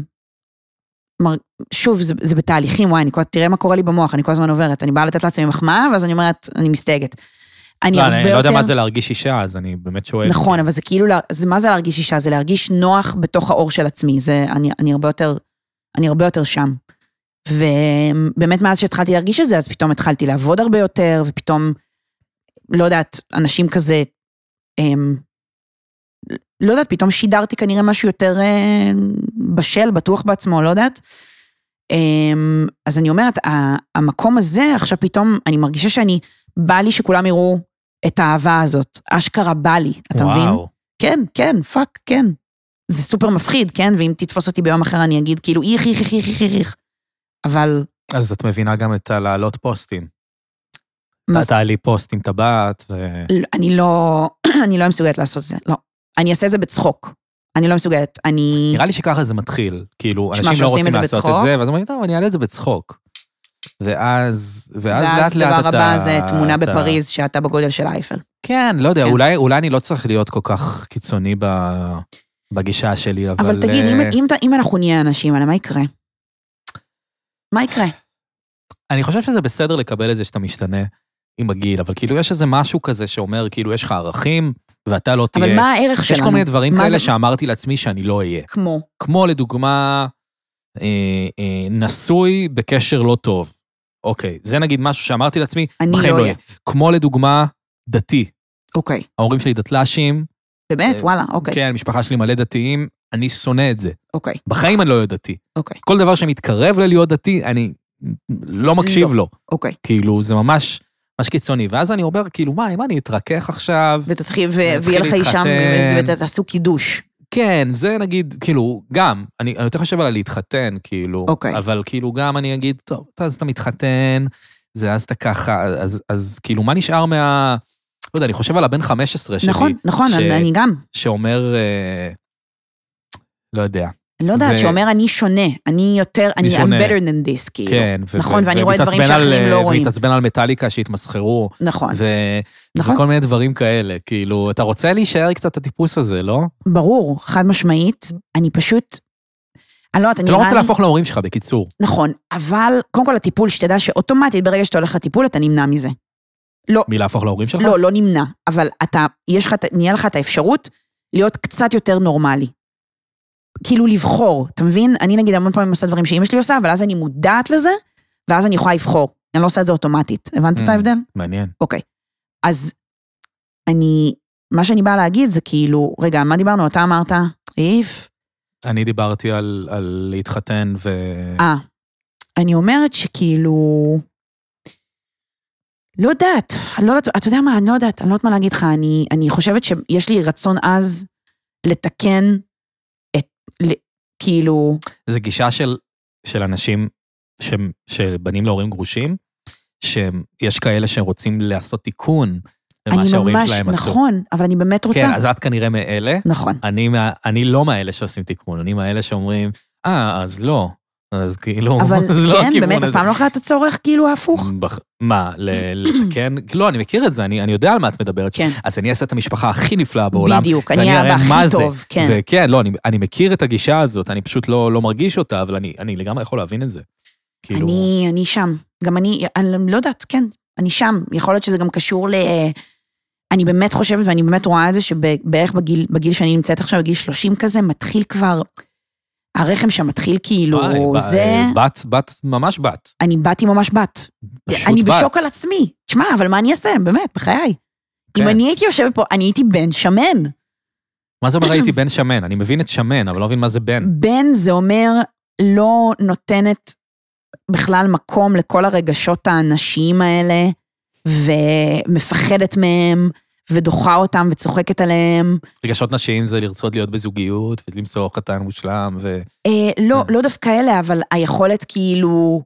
שוב, זה בתהליכים, וואי, תראה מה קורה לי במוח, אני כל הזמן עוברת, אני באה לתת לעצמי מחמאה, ואז אני אומרת, אני מסתייגת. אני לא יודע מה זה להרגיש אישה, אז אני באמת שואל. נכון, אבל זה כאילו, מה זה להרגיש אישה? זה להרגיש נוח בתוך האור של עצמי, אני הרבה יותר שם. ובאמת מאז שהתחלתי להרגיש את זה, אז פתאום התחלתי לעבוד הרבה יותר, ופתאום, לא יודעת, אנשים כזה, לא יודעת, פתאום שידרתי כנראה משהו יותר בשל, בטוח בעצמו, לא יודעת. אז אני אומרת, המקום הזה, עכשיו פתאום אני מרגישה שאני, בא לי שכולם יראו את האהבה הזאת. אשכרה בא לי, אתה מבין? כן, כן, פאק, כן. זה סופר מפחיד, כן? ואם תתפוס אותי ביום אחר, אני אגיד כאילו, איך. אבל... אז את מבינה גם את להעלות פוסטים. תעלי פוסט עם טבעת ו... אני לא מסוגלת לעשות זה, לא. אני אעשה זה בצחוק. אני לא מסוגלת, נראה לי שככה זה מתחיל. כאילו, אנשים לא רוצים לעשות את זה, ואז אומרים, טוב, אני אעלה את זה בצחוק. ואז לאט לאט דבר הבא זה תמונה בפריז שאתה בגודל של אייפל. כן, לא יודע, אולי אני לא צריך להיות כל כך קיצוני בגישה שלי, אבל תגיד, אם אנחנו נהיה אנשים, מה יקרה? מה יקרה? אני חושב שזה בסדר לקבל את זה שאתה משתנה עם הגיל, אבל כאילו יש איזה משהו כזה שאומר, כאילו יש לך ערכים, ואתה לא תהיה. אבל מה הערך שלנו? יש כל מיני דברים כאלה שאמרתי לעצמי שאני לא אהיה. כמו לדוגמה, נשוי בקשר לא טוב. אוקיי, זה נגיד משהו שאמרתי לעצמי, בחיים לא יהיה. כמו לדוגמה, דתי. אוקיי. ההורים שלי דתל"שים. באמת? וואלה, אוקיי. כן, משפחה שלי מלא דתיים, אני שונא את זה. אוקיי. בחיים אני לא יודע דתי. אוקיי. כל דבר שמתקרב ללהיות דתי, אני לא מקשיב לו. אוקיי. כאילו, זה ממש קיצוני. ואז אני אומר, כאילו, מה, אם אני אתרכך עכשיו... ותתחיל, ויהיה לך אישה, ותעשו קידוש. כן, זה נגיד, כאילו, גם, אני יותר חושב על להתחתן, כאילו, אבל כאילו גם אני אגיד, טוב, אז אתה מתחתן, זה אז אתה ככה, אז כאילו, מה נשאר לא יודע, אני חושב על הבן 15 שלי. נכון, אני גם. שאומר, לא יודע. לא יודעת, שאומר אני שונה, אני יותר, I'm better than this, כאילו. כן. נכון, ואני רואה דברים שאחרים לא רואים. והתעצבן על מטאליקה שהתמסחרו. נכון. וכל מיני דברים כאלה, כאילו, אתה רוצה להישאר קצת הטיפוס הזה, לא? ברור, חד משמעית, אני פשוט, אני לא יודעת, אתה לא רוצה להפוך להורים שלך, בקיצור. נכון, אבל קודם כל הטיפול, שתדע שאוטומטית, ברגע שאתה הולך לטיפול, אתה נמנע מזה. לא. מי להפוך להורים שלך? לא נמנע, אבל נהיה לך את האפשרות להיות קצת יותר נורמלי. כאילו לבחור, אתה מבין? אני נגיד המון פעמים עושה דברים שאמא שלי עושה, אבל אז אני מודעת לזה, ואז אני יכולה לבחור. אני לא עושה את זה אוטומטית. הבנת את ההבדל? מעניין. אוקיי. אז מה שאני באה להגיד זה כאילו, רגע, מה דיברנו? אתה אמרת, איף? אני דיברתי על להתחתן אני אומרת שכאילו, לא יודעת, אתה יודע מה, אני לא יודעת מה להגיד לך, אני חושבת שיש לי רצון אז לתקן כאילו... זה גישה של אנשים שבנים להורים גרושים, שיש כאלה שרוצים לעשות תיקון, למה שההורים שלהם עשו. נכון, אבל אני באמת רוצה. כן, אז את כנראה מאלה. נכון. אני לא מאלה שעושים תיקון, אני מאלה שאומרים, אז לא. אז כאילו, אבל לא כן, באמת, אף פעם לא אחת את הצורך כאילו ההפוך. מה, לתקן? לא, אני מכיר את זה, אני יודע על מה את מדברת. כן. אז אני אעשה את המשפחה הכי נפלאה בעולם. בדיוק, אני האבא הכי טוב, כן. וכן, לא, אני מכיר את הגישה הזאת, אני פשוט לא מרגיש אותה, אבל אני לגמרי יכול להבין את זה. אני שם. גם אני לא יודעת, כן, אני שם. יכול להיות שזה גם קשור אני באמת חושבת, ואני באמת רואה את זה, שבערך בגיל שאני נמצאת עכשיו, בגיל 30 כזה, מתחיל כבר, הרחם שם מתחיל כאילו, זה... ממש בת. אני באתי ממש בת. אני בשוק על עצמי. תשמע, אבל מה אני אעשה? באמת, בחיי. אם אני הייתי יושבת פה, אני הייתי בן שמן. מה זה אומר הייתי בן שמן? אני מבין את שמן, אבל לא מבין מה זה בן. בן זה אומר, לא נותנת בכלל מקום לכל הרגשות האנשיים האלה, ומפחדת מהם, ודוחה אותם וצוחקת עליהם. רגשות נשיים זה לרצות להיות בזוגיות, ולמצוא חתן מושלם, לא דווקא אלה, אבל היכולת כאילו,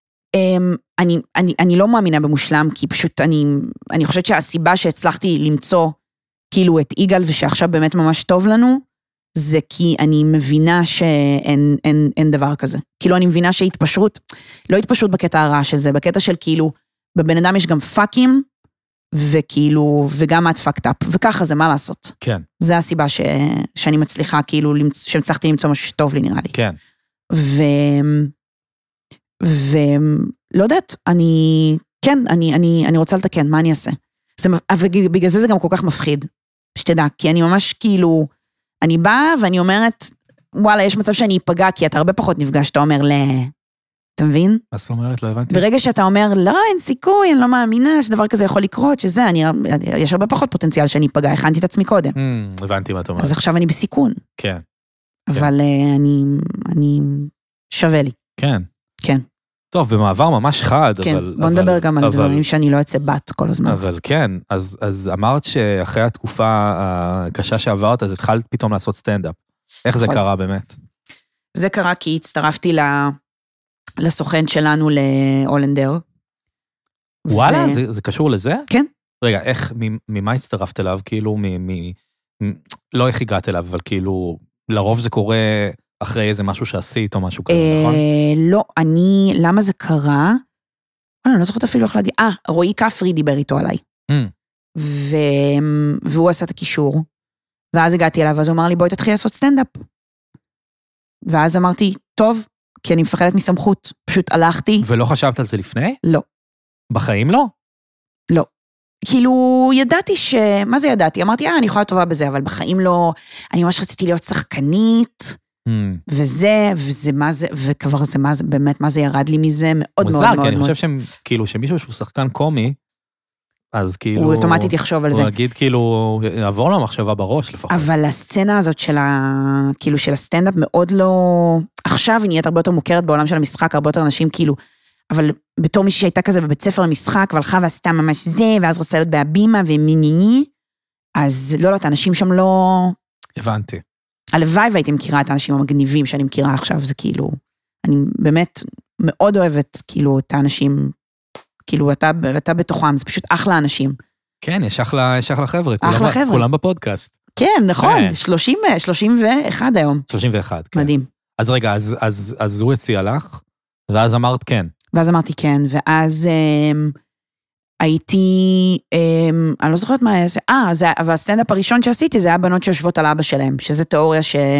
אני לא מאמינה במושלם, כי פשוט אני חושבת שהסיבה שהצלחתי למצוא, כאילו את יגאל, ושעכשיו באמת ממש טוב לנו, זה כי אני מבינה שאין דבר כזה. כאילו אני מבינה שהתפשרות, לא התפשרות בקטע הרע של זה, בקטע של כאילו, בבן אדם יש גם פאקים, וכאילו, וגם את פאקט אפ, וככה זה מה לעשות. כן. זה הסיבה שאני מצליחה, כאילו, שהצלחתי למצוא משהו שטוב לי, נראה לי. כן. ולא יודעת, אני רוצה לתקן, מה אני אעשה? ובגלל זה גם כל כך מפחיד, שתדע, כי אני ממש כאילו, אני באה ואני אומרת, וואלה, יש מצב שאני אפגע, כי אתה הרבה פחות נפגש, אתה אומר, אתה מבין? מה זאת אומרת? לא הבנתי. ברגע שאתה אומר, לא, אין סיכוי, אני לא מאמינה שדבר כזה יכול לקרות, שזה, יש הרבה פחות פוטנציאל שאני אפגע, הכנתי את עצמי קודם. הבנתי מה אתה אומר. אז עכשיו אני בסיכון. כן. אבל אני שווה לי. כן. כן. טוב, במעבר ממש חד, כן, בוא נדבר גם על דברים שאני לא אצא בת כל הזמן. אבל כן, אז אמרת שאחרי התקופה הקשה שעברת, אז התחלת פתאום לעשות סטנדאפ. איך זה קרה באמת? זה קרה כי הצטרפתי לסוכן שלנו להולנדר. וואלה, זה קשור לזה? כן. רגע, איך, ממה הצטרפת אליו? כאילו, לא איך הגעת אליו, אבל כאילו, לרוב זה קורה אחרי איזה משהו שעשית או משהו כזה, נכון? לא, למה זה קרה? אני לא זוכרת אפילו איך להגיד, רועי כפרי דיבר איתו עליי. והוא עשה את הקישור, ואז הגעתי אליו, אז הוא אמר לי, בואי תתחיל לעשות סטנדאפ. ואז אמרתי, טוב, כי אני מפחדת מסמכות, פשוט הלכתי. ולא חשבת על זה לפני? לא. בחיים לא? לא. כאילו, ידעתי מה זה ידעתי? אמרתי, אני יכולה טובה בזה, אבל בחיים לא, אני ממש רציתי להיות שחקנית, וזה מה זה, וכבר זה מה זה, באמת מה זה ירד לי מזה, מאוד מאוד מאוד. מוזר, כי אני חושב כאילו, שמישהו שהוא שחקן קומי, אז כאילו... הוא אוטומטית יחשוב על זה. הוא יגיד כאילו, יעבור לו מחשבה בראש לפחות. אבל הסצנה הזאת כאילו של הסטנדאפ מאוד לא... עכשיו היא נהיית הרבה יותר מוכרת בעולם של המשחק, הרבה יותר אנשים כאילו... אבל בתור מישהי שהייתה כזה בבית ספר למשחק, והלכה ועשתה ממש זה, ואז רצה להיות בהבימה ומיניני, אז לא יודעת, האנשים שם לא... הבנתי. הלוואי והייתי מכירה את האנשים המגניבים שאני מכירה עכשיו, זה כאילו... אני באמת מאוד אוהבת כאילו את האנשים... כאילו, אתה בתוכם, זה פשוט אחלה אנשים. כן, יש אחלה חבר'ה. אחלה חבר'ה. כולם בפודקאסט. כן, נכון, 31 היום. 31, כן. מדהים. אז רגע, אז הוא הציע לך, ואז אמרת כן. ואז אמרתי כן, ואז הייתי, אני לא זוכרת מה היה זה, והסטנדאפ הראשון שעשיתי, זה היה בנות שיושבות על אבא שלהם, שזה תיאוריה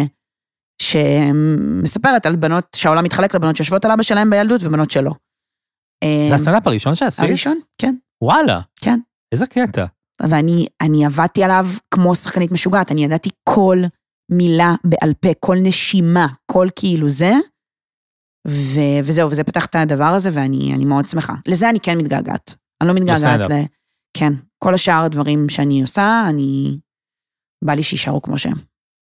שמספרת על בנות, שהעולם מתחלק לבנות שיושבות על אבא שלהם בילדות, ובנות שלא. זה הסטנדאפ הראשון שעשית? הראשון, כן. וואלה. כן. איזה קטע. ואני עבדתי עליו כמו שחקנית משוגעת, אני ידעתי כל מילה בעל פה, כל נשימה, כל כאילו זה, וזהו, וזה פתח את הדבר הזה, ואני מאוד שמחה. לזה אני כן מתגעגעת. אני לא מתגעגעת כן, כל השאר הדברים שאני עושה, בא לי שישארו כמו שהם.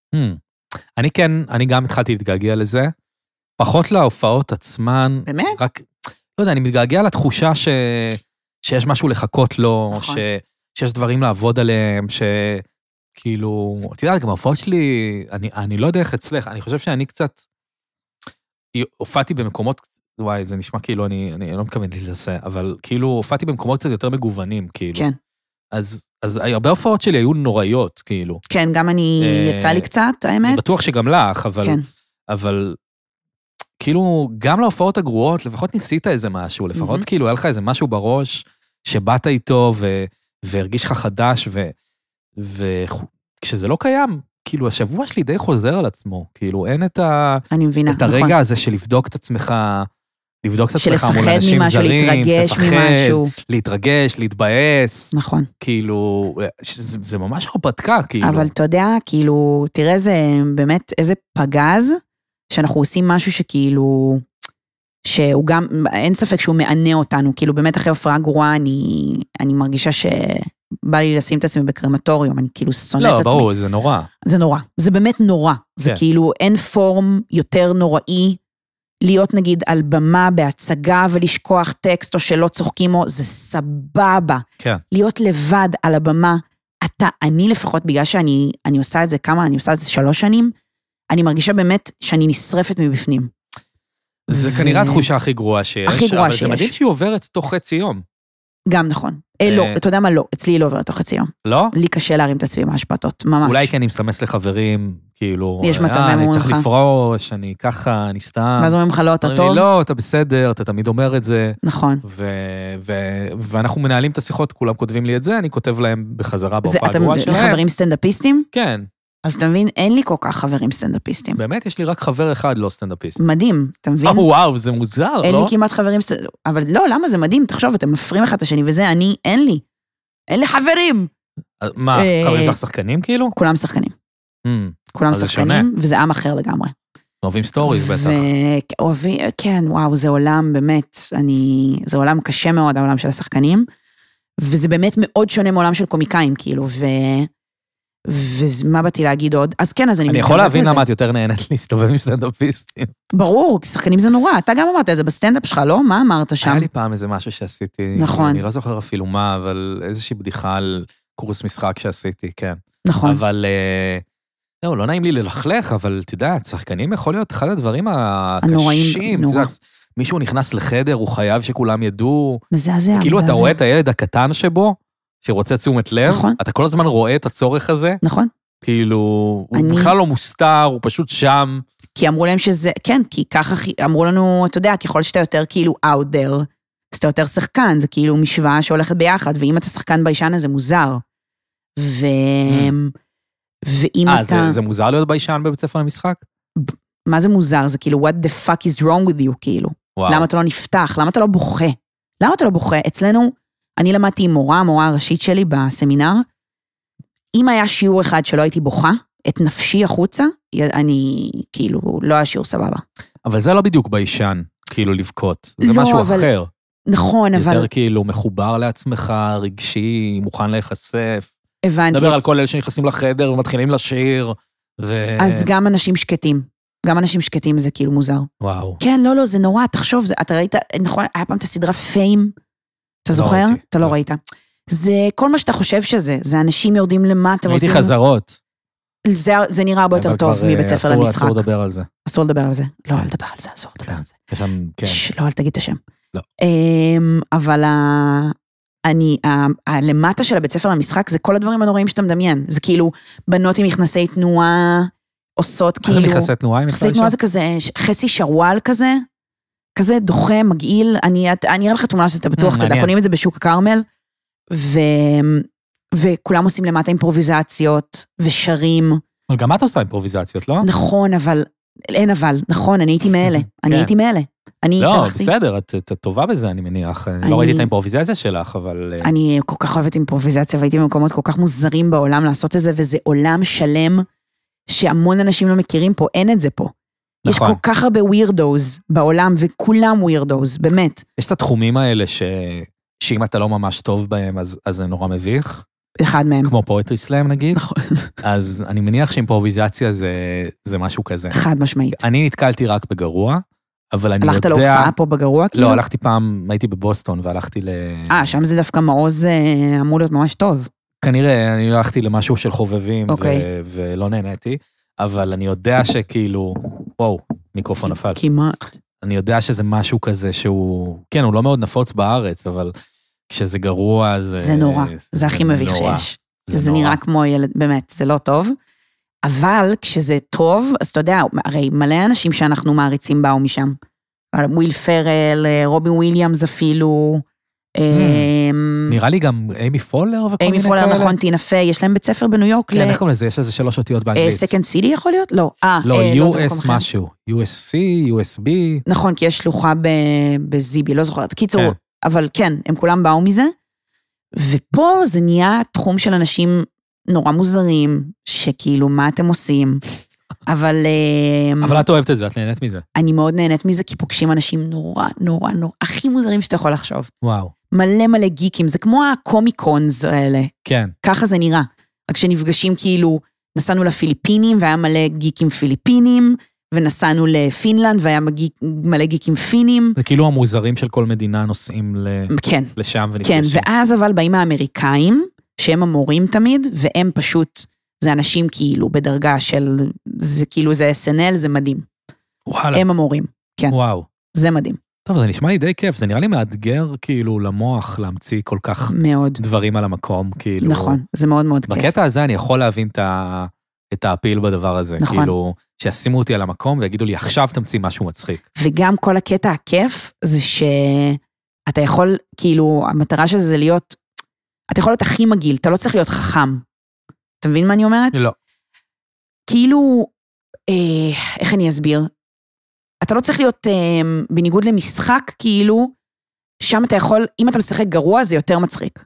אני גם התחלתי להתגעגע לזה, פחות להופעות עצמן. באמת? רק... לא יודע, אני מתגעגע לתחושה שיש משהו לחכות לו, נכון. שיש דברים לעבוד עליהם, שכאילו, את יודעת, גם ההופעות שלי, אני לא יודע איך אצלך, אני חושב שאני קצת, הופעתי במקומות וואי, זה נשמע כאילו, אני לא מתכוון להתנסה, אבל כאילו, הופעתי במקומות קצת יותר מגוונים, כאילו. כן. אז הרבה הופעות שלי היו נוראיות, כאילו. כן, גם אני יצא לי קצת, האמת. אני בטוח שגם לך, כן. אבל כאילו, גם להופעות הגרועות, לפחות ניסית איזה משהו, לפחות כאילו, היה לך איזה משהו בראש, שבאת איתו, והרגיש לך חדש, וכשזה לא קיים, כאילו, השבוע שלי די חוזר על עצמו, כאילו, אין את הרגע הזה של לבדוק את עצמך, מול אנשים ממשהו, זרים, להתרגש ממשהו. להתרגש, להתבאס. נכון. כאילו, זה ממש הרפתקה, כאילו. אבל אתה יודע, כאילו, תראה באמת איזה פגז, שאנחנו עושים משהו שכאילו, שהוא גם, אין ספק שהוא מענה אותנו, כאילו באמת אחרי הופעה גרועה, אני מרגישה שבא לי לשים את עצמי בקרמטוריום, אני כאילו שונא את עצמי. לא, ברור, זה נורא. זה נורא, זה באמת נורא. זה כאילו, אין פורם יותר נוראי, להיות נגיד על במה בהצגה ולשכוח טקסט או שלא צוחקים או, זה סבבה. כן. להיות לבד על הבמה, אני לפחות, בגלל שאני עושה את זה אני עושה את זה 3 שנים, אני מרגישה באמת שאני נשרפת מבפנים. זה כנראה התחושה הכי גרועה שיש. הכי גרועה שיש. אבל זה מדהים שהיא עוברת תוך חצי יום. גם נכון. לא, אתה יודע מה? לא. אצלי היא לא עוברת תוך חצי יום. לא? לי קשה להרים את עצמי מהשפטות, ממש. אולי כי אני מסמס לחברים, כאילו, יש מצב והם אומרים לך. אני צריך לפרוש, אני ככה, אני סתם. ואז אומרים לך, לא, אתה טוב? לא, אתה בסדר, אתה תמיד אומר את זה. נכון. ואנחנו מנהלים את השיחות, כולם כותבים לי את זה, אני כותב להם בחזרה בהופעה הגרועה שלהם. אתה חברים סטנדאפיסטים? כן. אז אתה מבין, אין לי כל כך חברים סטנדאפיסטים. באמת, יש לי רק חבר אחד לא סטנדאפיסט. מדהים, אתה מבין? וואו, זה מוזר, לא? אין לי כמעט חברים סטנדאפיסטים, אבל לא, למה זה מדהים? תחשוב, אתם מפרים אחד את השני, וזה אין לי חברים. מה, חברים לך שחקנים כאילו? כולם שחקנים. כולם שחקנים, וזה עם אחר לגמרי. אוהבים סטוריז בטח. כן, וואו, זה עולם באמת, זה עולם קשה מאוד, העולם של השחקנים, וזה באמת מאוד שונה מעולם של קומיקאים, כאילו, ומה באתי להגיד עוד? אז כן, אז אני יכול להבין למה את יותר נהנית להסתובב עם סטנדאפיסטים. ברור, כי שחקנים זה נורא, אתה גם אמרת את זה בסטנדאפ שלך, לא? מה אמרת שם? היה לי פעם איזה משהו שעשיתי, נכון. אני לא זוכר אפילו מה, אבל איזושהי בדיחה על קורס משחק שעשיתי, כן. נכון. אבל, לא נעים לי ללכלך, אבל אתה יודע, שחקנים יכול להיות אחד הדברים הקשים, אתה יודע, מישהו נכנס לחדר, הוא חייב שכולם ידעו. מזעזע. כאילו אתה רואה את הילד הקטן שבו, שרוצה תשומת לב, נכון. אתה כל הזמן רואה את הצורך הזה. נכון. כאילו, הוא בכלל לא מוסתר, הוא פשוט שם. כי אמרו להם שזה, כן, כי ככה אמרו לנו, אתה יודע, ככל שאתה יותר כאילו out there, אז אתה יותר שחקן, זה כאילו משוואה שהולכת ביחד, ואם אתה שחקן ביישן, אז זה מוזר. ואם אתה... זה מוזר להיות ביישן בבית ספר למשחק? מה זה מוזר? זה כאילו, what the fuck is wrong with you, כאילו. למה אתה לא נפתח? למה אתה לא בוכה? למה אתה לא בוכה? אצלנו, אני למדתי עם המורה הראשית שלי בסמינר, אם היה שיעור אחד שלא הייתי בוכה, את נפשי החוצה, אני כאילו, לא היה שיעור סבבה. אבל זה לא בדיוק ביישן, כאילו לבכות. זה משהו אחר. נכון, אבל... יותר כאילו מחובר לעצמך, רגשי, מוכן להיחשף. הבנתי. נדבר על כל אלה שנכנסים לחדר ומתחילים לשיר. אז גם אנשים שקטים. גם אנשים שקטים זה כאילו מוזר. וואו. כן, לא, זה נורא, תחשוב, אתה ראית, נכון, היה פעם את הסדרה פיים, אתה זוכר? אתה לא ראית. זה כל מה שאתה חושב שזה, זה אנשים יורדים למטה. ראיתי חזרות. זה נראה הרבה יותר טוב מבית ספר למשחק. אסור לדבר על זה. אסור לדבר על זה. לא, אל תדבר על זה, אסור לדבר על זה. לא, אל תגיד את השם. לא. אבל למטה של הבית ספר למשחק, זה כל הדברים הנוראים שאתה מדמיין. זה כאילו, בנות עם מכנסי תנועה, עושות כאילו... מה זה מכנסי תנועה? מכנסי תנועה זה כזה, חצי שרוואל כזה, כזה דוחה, מגעיל, אני אראה לך תמונה שאתה בטוח, אתה יודע, קונים את זה בשוק הכרמל, וכולם עושים למטה אימפרוביזציות, ושרים. אבל גם את עושה אימפרוביזציות, לא? נכון, אבל, אין אבל, נכון, אני הייתי מאלה, אני הייתי מאלה. לא, בסדר, את טובה בזה, אני מניח. לא ראיתי את האימפרוביזציה שלך, אבל... אני כל כך אוהבת אימפרוביזציה, והייתי במקומות כל כך מוזרים בעולם לעשות את זה, וזה עולם שלם, שהמון אנשים לא מכירים פה, אין את זה פה. יש כל כך הרבה ווירדוז בעולם, וכולם ווירדוז, באמת. יש את התחומים האלה שאם אתה לא ממש טוב בהם, אז זה נורא מביך. אחד מהם. כמו פואטרי סלאם נגיד. נכון. אז אני מניח שאימפרוביזציה זה משהו כזה. חד משמעית. אני נתקלתי רק בגרוע, אבל אני יודע... הלכת להופעה פה בגרוע כאילו? לא, הלכתי פעם, הייתי בבוסטון והלכתי שם זה דווקא מעוז אמור להיות ממש טוב. כנראה, אני הלכתי למשהו של חובבים ולא נהניתי, אבל אני יודע שכאילו, וואו, מיקרופון נפל. כמעט. אני יודע שזה משהו כזה שהוא, כן, הוא לא מאוד נפוץ בארץ, אבל כשזה גרוע, זה נורא, זה הכי מביך שיש. זה נראה כמו ילד, באמת, זה לא טוב. אבל כשזה טוב, אז אתה יודע, הרי מלא אנשים שאנחנו מעריצים באו משם. וויל פרל, רובין וויליאמס אפילו. נראה לי גם אימי פולר וכל מיני כאלה. אימי פולר, נכון, טינה פיי, יש להם בית ספר בניו יורק. כן, איך קוראים לזה? יש לזה 3 אותיות באנגלית. סקנד סיטי יכול להיות? לא. לא, US משהו. USC, USB. נכון, כי יש שלוחה בזיבי, לא זוכרת. קיצור, אבל כן, הם כולם באו מזה. ופה זה נהיה תחום של אנשים נורא מוזרים, שכאילו, מה אתם עושים? אבל את אוהבת את זה, את נהנית מזה. אני מאוד נהנית מזה, כי פוגשים אנשים נורא, נורא, נורא, הכי מוזרים שאתה יכול לחשוב. וואו. מלא מלא גיקים, זה כמו הקומיקונס האלה. כן. ככה זה נראה. רק שנפגשים כאילו, נסענו לפיליפינים, והיה מלא גיקים פיליפינים, ונסענו לפינלנד, והיה מלא גיקים פינים. זה כאילו המוזרים של כל מדינה נוסעים לשם ונפגשים. כן, ואז אבל באים האמריקאים, שהם המורים תמיד, והם פשוט, זה אנשים כאילו בדרגה של, זה כאילו זה SNL, זה מדהים. וואלה. הם המורים, כן. וואו. זה מדהים. טוב, זה נשמע לי די כיף, זה נראה לי מאתגר כאילו למוח להמציא כל כך מאוד. דברים על המקום, כאילו. נכון, זה מאוד מאוד כיף. בקטע הזה אני יכול להבין את האפיל בדבר הזה, נכון. כאילו, שישימו אותי על המקום ויגידו לי, עכשיו תמציא משהו מצחיק. וגם כל הקטע הכיף זה שאתה יכול, כאילו, המטרה של זה להיות, אתה יכול להיות הכי מגעיל, אתה לא צריך להיות חכם. אתה מבין מה אני אומרת? לא. כאילו, איך אני אסביר? אתה לא צריך להיות בניגוד למשחק, כאילו, שם אתה יכול, אם אתה משחק גרוע, זה יותר מצחיק.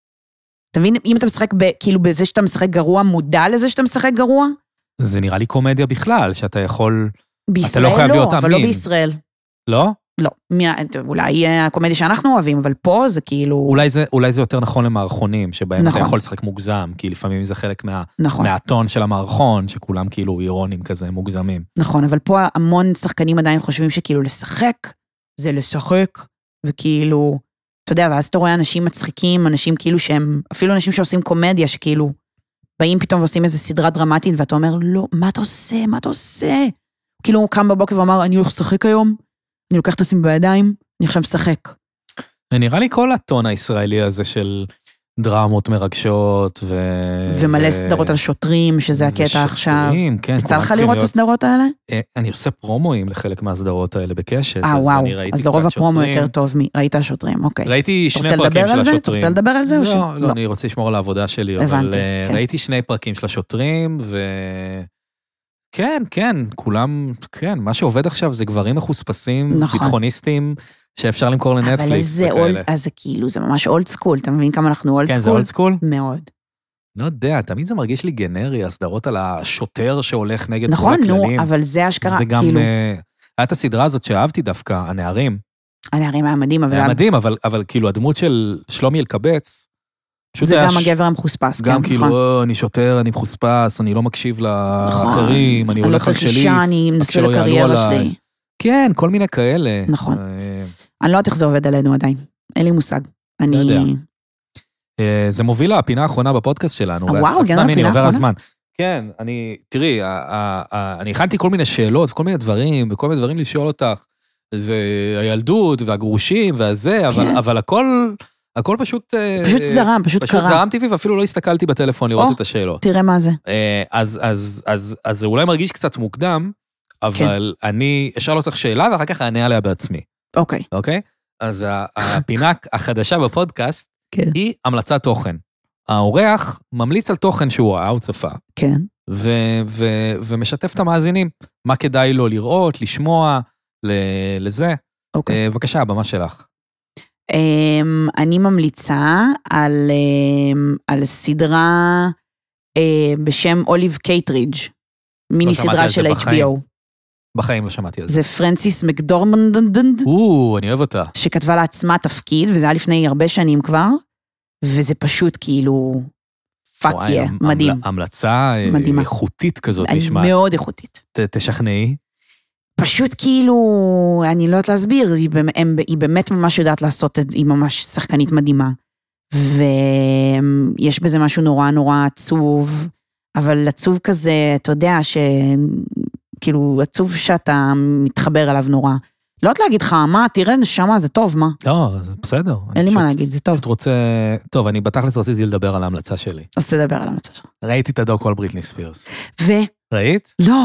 אתה מבין? אם אתה משחק כאילו בזה שאתה משחק גרוע, מודע לזה שאתה משחק גרוע? זה נראה לי קומדיה בכלל, שאתה יכול... בישראל אתה לא חייב להיות אבל לא בישראל. לא? לא. אולי הקומדיה שאנחנו אוהבים, אבל פה זה כאילו... אולי זה יותר נכון למערכונים, שבהם אתה יכול לשחק מוגזם, כי לפעמים זה חלק מהטון של המערכון, שכולם כאילו אירונים כזה מוגזמים. נכון, אבל פה המון שחקנים עדיין חושבים שכאילו לשחק, זה לשחק, וכאילו, אתה יודע, ואז אתה רואה אנשים מצחיקים, אנשים כאילו שהם, אפילו אנשים שעושים קומדיה, שכאילו, באים פתאום ועושים איזו סדרה דרמטית, ואתה אומר, לא, מה אתה עושה? מה אתה עושה? כאילו הוא קם בבוקר ואמר, אני הולך לשחק היום, אני לוקח את עצמי בידיים, אני עכשיו משחק. נראה לי כל הטון הישראלי הזה של דרמות מרגשות ומלא סדרות על שוטרים, שזה הקטע עכשיו. כן. יצא לך לראות את הסדרות האלה? אני עושה פרומואים לחלק מהסדרות האלה בקשת. וואו, אז לרוב הפרומו יותר טוב ראית השוטרים, אוקיי. ראיתי 2 פרקים של השוטרים. אתה רוצה לדבר על זה? לא, אני רוצה לשמור על העבודה שלי, אבל ראיתי 2 פרקים של השוטרים, כן, כולם, כן, מה שעובד עכשיו זה גברים מחוספסים, ביטחוניסטים, שאפשר למכור לנטפליקס וכאלה. אז זה כאילו, זה ממש אולד סקול, אתה מבין כמה אנחנו אולד סקול? כן, זה אולד סקול? מאוד. לא יודע, תמיד זה מרגיש לי גנרי, הסדרות על השוטר שהולך נגד כל הכללים. נכון, נו, אבל זה השקרה, זה גם, הייתה הסדרה הזאת שאהבתי דווקא, הנערים. הנערים היה מדהים, אבל... היה מדהים, אבל כאילו הדמות של שלומי אלקבץ, זה גם הגבר המחוספס, גם כאילו, אני שוטר, אני מחוספס, אני לא מקשיב לאחרים, אני הולך על שלי. אני לא צריך אישה, אני מנסה לקריירה שלי. כן, כל מיני כאלה. נכון. אני לא יודעת איך זה עובד עלינו עדיין. אין לי מושג. לא יודע. זה מוביל לפינה האחרונה בפודקאסט שלנו. וואו, כן, הפינה האחרונה. כן, תראי, אני הכנתי כל מיני שאלות וכל מיני דברים, וכל מיני דברים לשאול אותך, והילדות והגרושים והזה, אבל הכל פשוט זרם, פשוט קרה. פשוט זרמתי ואפילו לא הסתכלתי בטלפון לראות את השאלות. תראה מה זה. אז זה אולי מרגיש קצת מוקדם, אבל אני אשאל אותך שאלה ואחר כך אענה עליה בעצמי. אוקיי. אוקיי? אז הפינה החדשה בפודקאסט היא המלצת תוכן. האורח ממליץ על תוכן שהוא ראה או צפה. כן. ומשתף את המאזינים. מה כדאי לו לראות, לשמוע, לזה. אוקיי. בבקשה, הבמה שלך. אני ממליצה על סדרה בשם אוליב קייטרידג', מיני סדרה של HBO. בחיים לא שמעתי על זה. זה פרנסיס מקדורמנד, אני אוהב אותה. שכתבה לעצמה תפקיד, וזה היה לפני הרבה שנים כבר, וזה פשוט כאילו, פאק יא, מדהים. המלצה איכותית כזאת נשמעת. מאוד איכותית. תשכנעי. פשוט כאילו, אני לא יודעת להסביר, היא באמת ממש יודעת לעשות את זה, היא ממש שחקנית מדהימה. ויש בזה משהו נורא נורא עצוב, אבל עצוב כזה, אתה יודע, כאילו עצוב שאתה מתחבר עליו נורא. לא יודעת להגיד לך, מה, תראה, נשמה, זה טוב, מה? לא, זה בסדר. אין לי מה להגיד, זה טוב. פשוט רוצה... טוב, אני בתכלס רציתי לדבר על ההמלצה שלי. אז תדבר על המצב שלך. ראיתי את הדוקו על בריטני ספירס. ו? ראית? לא.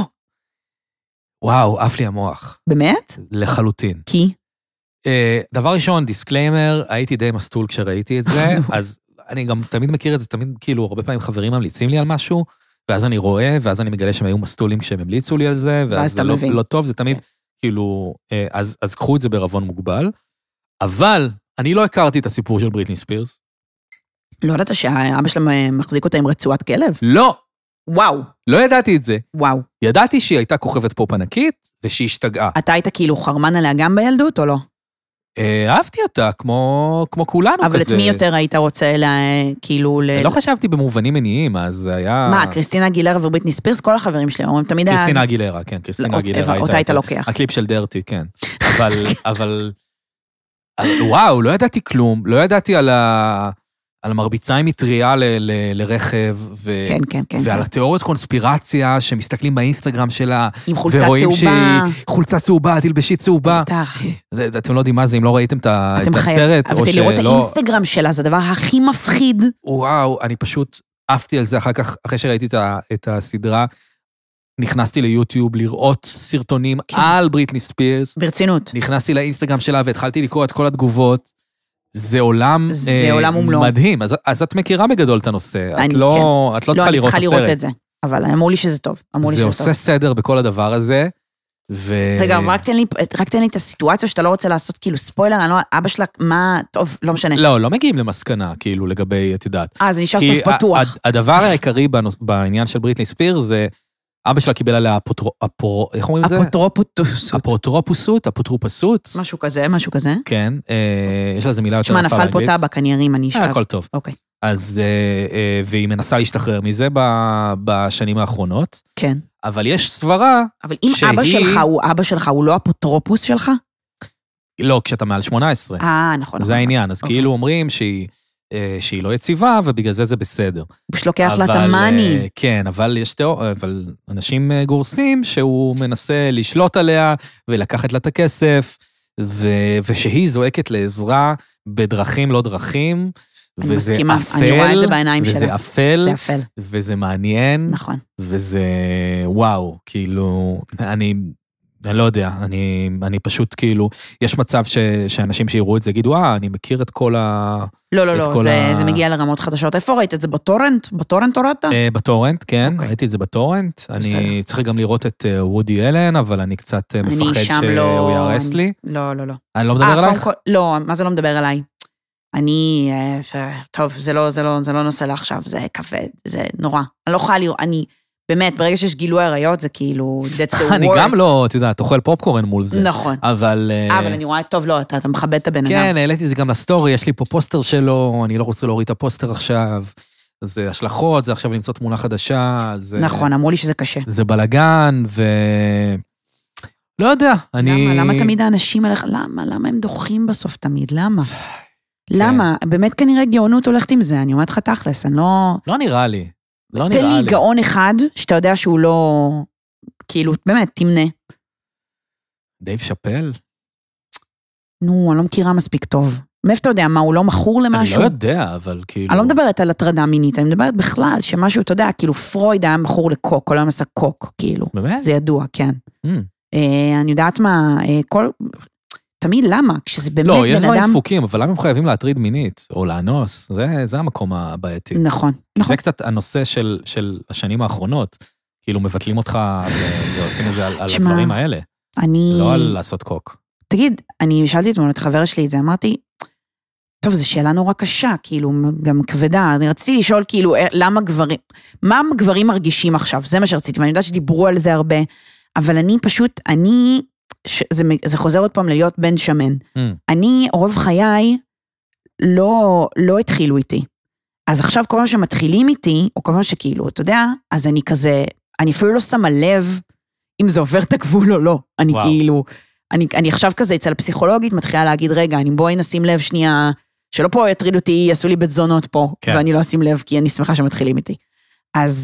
וואו, עף לי המוח. באמת? לחלוטין. כי? דבר ראשון, דיסקליימר, הייתי די מסטול כשראיתי את זה, אז אני גם תמיד מכיר את זה, תמיד כאילו הרבה פעמים חברים ממליצים לי על משהו, ואז אני רואה, ואז אני מגלה שהם היו מסטולים כשהם המליצו לי על זה, ואז זה לא טוב, זה תמיד כאילו, אז קחו את זה בערבון מוגבל, אבל אני לא הכרתי את הסיפור של בריטני ספירס. לא ידעת שהאבא שלה מחזיק אותה עם רצועת כלב? לא! וואו. לא ידעתי את זה. וואו. ידעתי שהיא הייתה כוכבת פופ ענקית, ושהיא השתגעה. אתה היית כאילו חרמן עליה גם בילדות או לא? אהבתי אותה, כמו כולנו כזה. אבל את מי יותר היית רוצה כאילו... לא חשבתי במובנים מיניים, אז זה היה... מה, קריסטינה אגילרה ובריטני ספירס, כל החברים שלי אומרים תמיד... קריסטינה אגילרה, כן, קריסטינה אגילרה. אותה היית לוקח. הקליפ של דרטי, כן. אבל וואו, לא ידעתי כלום, לא ידעתי על המרביצה עם מטריה לרכב, ועל התיאוריות קונספירציה שמסתכלים באינסטגרם שלה, עם חולצה צהובה. ורואים שהיא חולצה צהובה, תלבשי צהובה. אתם לא יודעים מה זה, אם לא ראיתם את הסרט, אבל לראות את האינסטגרם שלה, זה הדבר הכי מפחיד. וואו, אני פשוט עפתי על זה אחר כך, אחרי שראיתי את הסדרה, נכנסתי ליוטיוב לראות סרטונים על בריטני ספירס. ברצינות. נכנסתי לאינסטגרם שלה והתחלתי לקרוא את כל התגובות. זה עולם ומלואו. מדהים. אז את מכירה בגדול את הנושא. את לא צריכה לראות את הסרט. לראות את זה, אבל אמרו לי שזה טוב. זה עושה סדר בכל הדבר הזה. רגע, רק תן לי את הסיטואציה שאתה לא רוצה לעשות כאילו ספוילר, אבא שלה, מה, טוב, לא משנה. לא מגיעים למסקנה, כאילו, לגבי, את יודעת. זה נשאר סוף פתוח. הדבר העיקרי בעניין של בריטני ספירס זה, אבא שלה קיבל עליה איך אומרים את זה? אפוטרופסות. משהו כזה. כן, יש לזה מילה יותר יפה לאנגלית. נפל פה טבק, אני ארים, אני אשאב. הכל טוב. אוקיי. אז, והיא מנסה להשתחרר מזה בשנים האחרונות. כן. אבל יש סברה אבל אם אבא שלך הוא לא אפוטרופוס שלך? לא, כשאתה מעל 18. נכון. זה העניין, אז כאילו אומרים שהיא לא יציבה, ובגלל זה בסדר. פשוט לוקח לה את המאני. כן, אבל אבל אנשים גורסים שהוא מנסה לשלוט עליה, ולקחת לה את הכסף, ושהיא זועקת לעזרה בדרכים לא דרכים, וזה אפל, אני רואה את זה בעיניים שלה. וזה אפל, וזה מעניין, נכון. וזה וואו, כאילו, אני לא יודע, אני פשוט כאילו, יש מצב שאנשים שיראו את זה, יגידו, אני מכיר את כל ה... לא, זה מגיע לרמות חדשות. איפה ראית את זה? בטורנט? בטורנט הורדת? בטורנט, כן, ראיתי את זה בטורנט. אני צריך גם לראות את וודי אלן, אבל אני קצת מפחד שהוא ירס לי. לא. אני לא מדבר עלייך? לא, מה זה לא מדבר עליי? טוב, זה לא נושא לעכשיו, זה כבד, זה נורא. אני לא יכולה לראות, באמת, ברגע שיש גילוי עריות, זה כאילו, that's the worst. אני גם לא, אתה יודע, תאכל פופקורן מול זה. נכון. אבל אני רואה, טוב, לא, אתה מכבד את הבן אדם. כן, העליתי את זה גם לסטורי, יש לי פה פוסטר שלו, אני לא רוצה להוריד את הפוסטר עכשיו, זה השלכות, זה עכשיו למצוא תמונה חדשה. נכון, אמרו לי שזה קשה. זה בלגן, לא יודע, למה תמיד האנשים האלה, למה הם דוחים בסוף תמיד, למה? למה? באמת כנראה גאונות הולכת עם זה, אני אומרת לך תכלס, אני לא... לא נראה לי. תן לי גאון אחד, שאתה יודע שהוא לא... כאילו, באמת, תמנה. דייב שאפל? נו, אני לא מכירה מספיק טוב. מאיפה אתה יודע, מה, הוא לא מכור למשהו? אני לא יודע, אבל כאילו... אני לא מדברת על הטרדה מינית, אני מדברת בכלל, שמשהו, אתה יודע, כאילו פרויד היה מכור לקוק, כל היום עשה קוק, כאילו. באמת? זה ידוע, כן. אני יודעת מה, תמיד למה? כשזה באמת בן אדם... לא, יש דברים דפוקים, אבל למה הם חייבים להטריד מינית, או לאנוס? זה המקום הבעייתי. נכון. זה קצת הנושא של השנים האחרונות, כאילו מבטלים אותך ועושים את זה על הדברים האלה. לא על לעשות קוק. תגיד, אני שאלתי את חבר שלי את זה, אמרתי, טוב, זו שאלה נורא קשה, כאילו, גם כבדה. אני רציתי לשאול, כאילו, למה גברים, מה גברים מרגישים עכשיו? זה מה שרציתי, ואני יודעת שדיברו על זה הרבה, אבל אני פשוט, זה חוזר עוד פעם להיות בן שמן. אני, רוב חיי, לא התחילו איתי. אז עכשיו כל מה שמתחילים איתי, או כל מה שכאילו, אתה יודע, אז אני כזה, אני אפילו לא שמה לב, אם זה עובר את הגבול או לא. אני כאילו, אני עכשיו כזה אצל הפסיכולוגית, מתחילה להגיד, רגע, בואי נשים לב שנייה, שלא פה יטריד אותי, יעשו לי בית זונות פה, ואני לא אשים לב, כי אני שמחה שמתחילים איתי. אז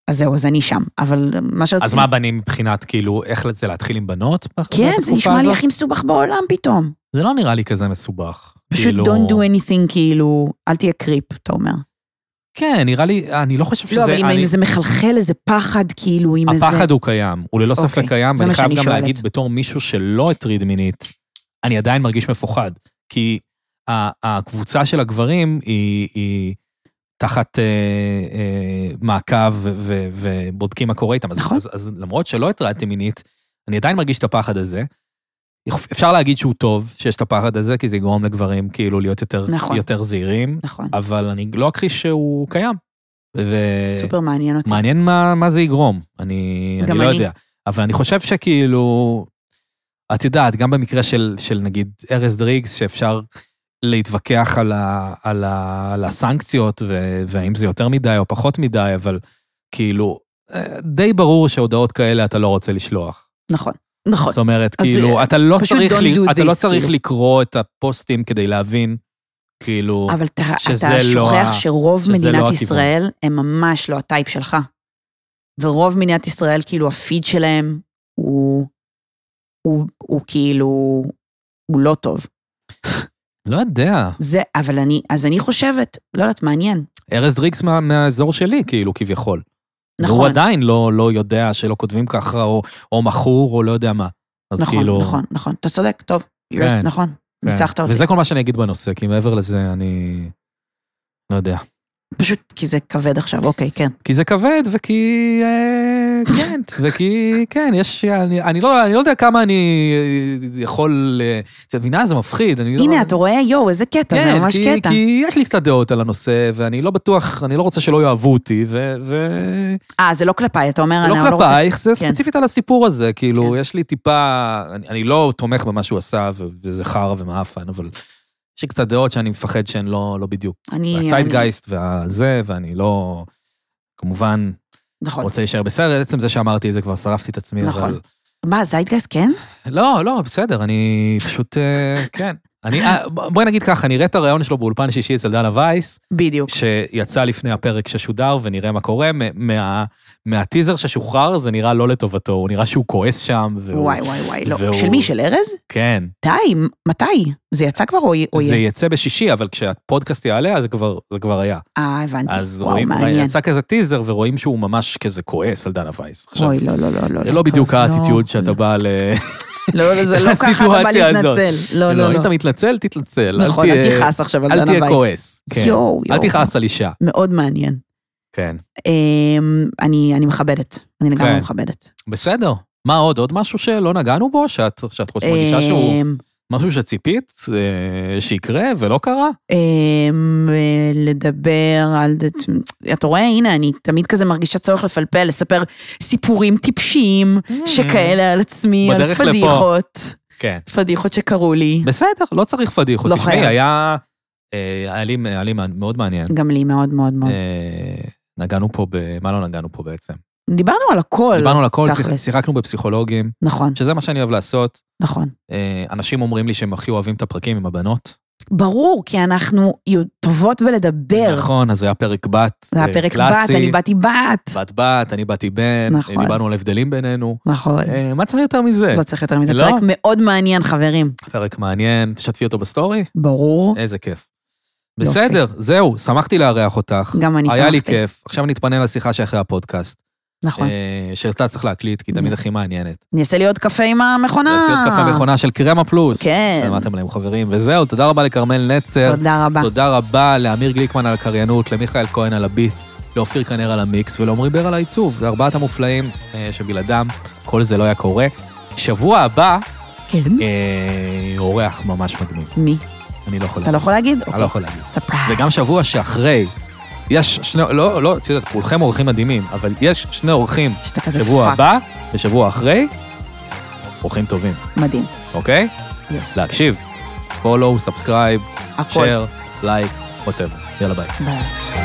אז זהו, אז אני שם. אבל מה שרציתי... אז מה בנים מבחינת, כאילו, איך זה להתחיל עם בנות? כן, זה נשמע לי הכי מסובך בעולם פתאום. זה לא נראה לי כזה מסובך. פשוט don't do anything, כאילו, אל תהיה קריפ, אתה אומר. כן, נראה לי, אני לא חושב שזה... לא, אבל אם זה מחלחל איזה פחד, כאילו, עם איזה... הפחד הוא קיים, הוא ללא ספק קיים, ואני חייב גם להגיד בתור מישהו שלא הטריד מינית, אני עדיין מרגיש מפוחד, כי הקבוצה של הגברים היא תחת מעקב ובודקים מה קורה איתם, אז למרות שלא הטרדתי מינית, אני עדיין מרגיש את הפחד הזה. אפשר להגיד שהוא טוב שיש את הפחד הזה, כי זה יגרום לגברים כאילו להיות יותר זהירים, אבל אני לא אכחיש שהוא קיים. סופר מעניין אותי. מעניין מה זה יגרום, אני לא יודע. אבל אני חושב שכאילו, את יודעת, גם במקרה של נגיד ארז דריגס, שאפשר להתווכח על הסנקציות, והאם זה יותר מדי או פחות מדי, אבל כאילו, די ברור שהודעות כאלה אתה לא רוצה לשלוח. נכון. נכון. זאת אומרת, כאילו, אתה לא צריך לקרוא את הפוסטים כדי להבין, כאילו, אבל אתה שוכח שרוב מדינת ישראל הם ממש לא הטייפ שלך. ורוב מדינת ישראל, כאילו, הפיד שלהם הוא כאילו, הוא לא טוב. לא יודע. אבל אני חושבת, לא יודעת, מעניין. ארז דריגס מהאזור שלי, כאילו, כביכול. נכון. הוא עדיין לא יודע שלא כותבים ככה, או מחור, או לא יודע מה. נכון, כאילו... נכון. אתה צודק, טוב. כן. נכון, ניצחת אותי. וזה כל מה שאני אגיד בנושא, כי מעבר לזה אני לא יודע. פשוט כי זה כבד עכשיו, אוקיי, כן. כי זה כבד, וכי... כן, יש... אני לא יודע כמה אני יכול... את מבינה, זה מפחיד. הנה, אתה רואה, איזה קטע, זה ממש קטע. כי יש לי קצת דעות על הנושא, ואני לא בטוח, אני לא רוצה שלא יאהבו אותי, זה לא כלפיי, אתה אומר... לא כלפייך, זה ספציפית על הסיפור הזה, כאילו, יש לי טיפה... אני לא תומך במה שהוא עשה, וזה חרא ומאפן, אבל... יש לי קצת דעות שאני מפחד שהן לא בדיוק. והציידגייסט והזה, ואני לא... כמובן... נכון. רוצה להישאר בסדר, עצם זה שאמרתי את זה, כבר שרפתי את עצמי, נכון. אבל... מה, זיידגייסט כן? לא, בסדר, אני פשוט, כן. בואי נגיד ככה, נראה את הרעיון שלו באולפן שישי אצל דנה וייס, בדיוק. שיצא לפני הפרק ששודר, ונראה מה קורה, מהטיזר ששוחרר, זה נראה לא לטובתו, הוא נראה שהוא כועס שם, וואי, לא. של מי, של ארז? כן. די, מתי? זה יצא כבר או יהיה? זה יצא בשישי, אבל כשהפודקאסט יעלה, אז זה כבר היה. הבנתי. אז יצא כזה טיזר, ורואים שהוא ממש כזה כועס על דנה וייס. אוי, לא. זה לא בדיוק האטיטיוד שאתה בא ל... לא, זה לא ככה, אתה בא להתנצל. לא. אם אתה מתנצל, תתנצל. נכון, אל תכעס עכשיו על דנה וייס. אל תהיה כועס. אל תכעס על אישה. מאוד מעניין. כן. אני מכבדת. אני לגמרי מכבדת. בסדר. מה עוד משהו שלא נגענו בו, שאת מרגישה שהוא משהו שציפית, שיקרה ולא קרה? לדבר על... אתה רואה, הנה, אני תמיד כזה מרגישה צורך לפלפל, לספר סיפורים טיפשיים שכאלה על עצמי, על פדיחות. כן. פדיחות שקראו לי. בסדר, לא צריך פדיחות. תשמעי, היה לי מאוד מעניין. גם לי מאוד מאוד מאוד. נגענו פה, מה לא נגענו פה בעצם? דיברנו על הכל. דיברנו על הכל, שיחקנו בפסיכולוגים. נכון. שזה מה שאני אוהב לעשות. נכון. אנשים אומרים לי שהם הכי אוהבים את הפרקים עם הבנות. ברור, כי אנחנו טובות ולדבר. נכון, אז זה היה פרק בת. זה היה פרק בת, אני באתי בת. בת, אני באתי בן. נכון. דיברנו על הבדלים בינינו. נכון. מה צריך יותר מזה? לא צריך יותר מזה. פרק מאוד מעניין, חברים. פרק מעניין. תשתפי אותו בסטורי? ברור. איזה כיף. בסדר, זהו, שמחתי לארח אותך. גם אני שמחתי. היה לי כיף. עכשיו נתפנה לשיחה שאחרי הפודקאסט. נכון. שאתה צריך להקליט, כי תמיד הכי מעניינת. אני אעשה לי עוד קפה עם המכונה. נעשה עוד קפה מכונה של קרמה פלוס. כן. שמעתם להם חברים. וזהו, תודה רבה לכרמל נצר. תודה רבה. תודה רבה לאמיר גליקמן על הקריינות, למיכאל כהן על הביט, לאופיר כנר על המיקס, ולעומרי בר על העיצוב. וארבעת המופלאים שבלעדם, כל זה לא היה קורה. שבוע הבא, כן. אורח ממש מדהים. מי? אני לא יכול להגיד. אתה לא יכול להגיד? אני לא יכול להגיד. ספרייז. וגם שבוע שאחרי, יש שני, לא, את יודעת, כולכם אורחים מדהימים, אבל יש שני אורחים שבוע הבא, ושבוע אחרי, אורחים טובים. מדהים. אוקיי? יס. להקשיב, follow, subscribe, share, like, whatever. יאללה ביי. ביי.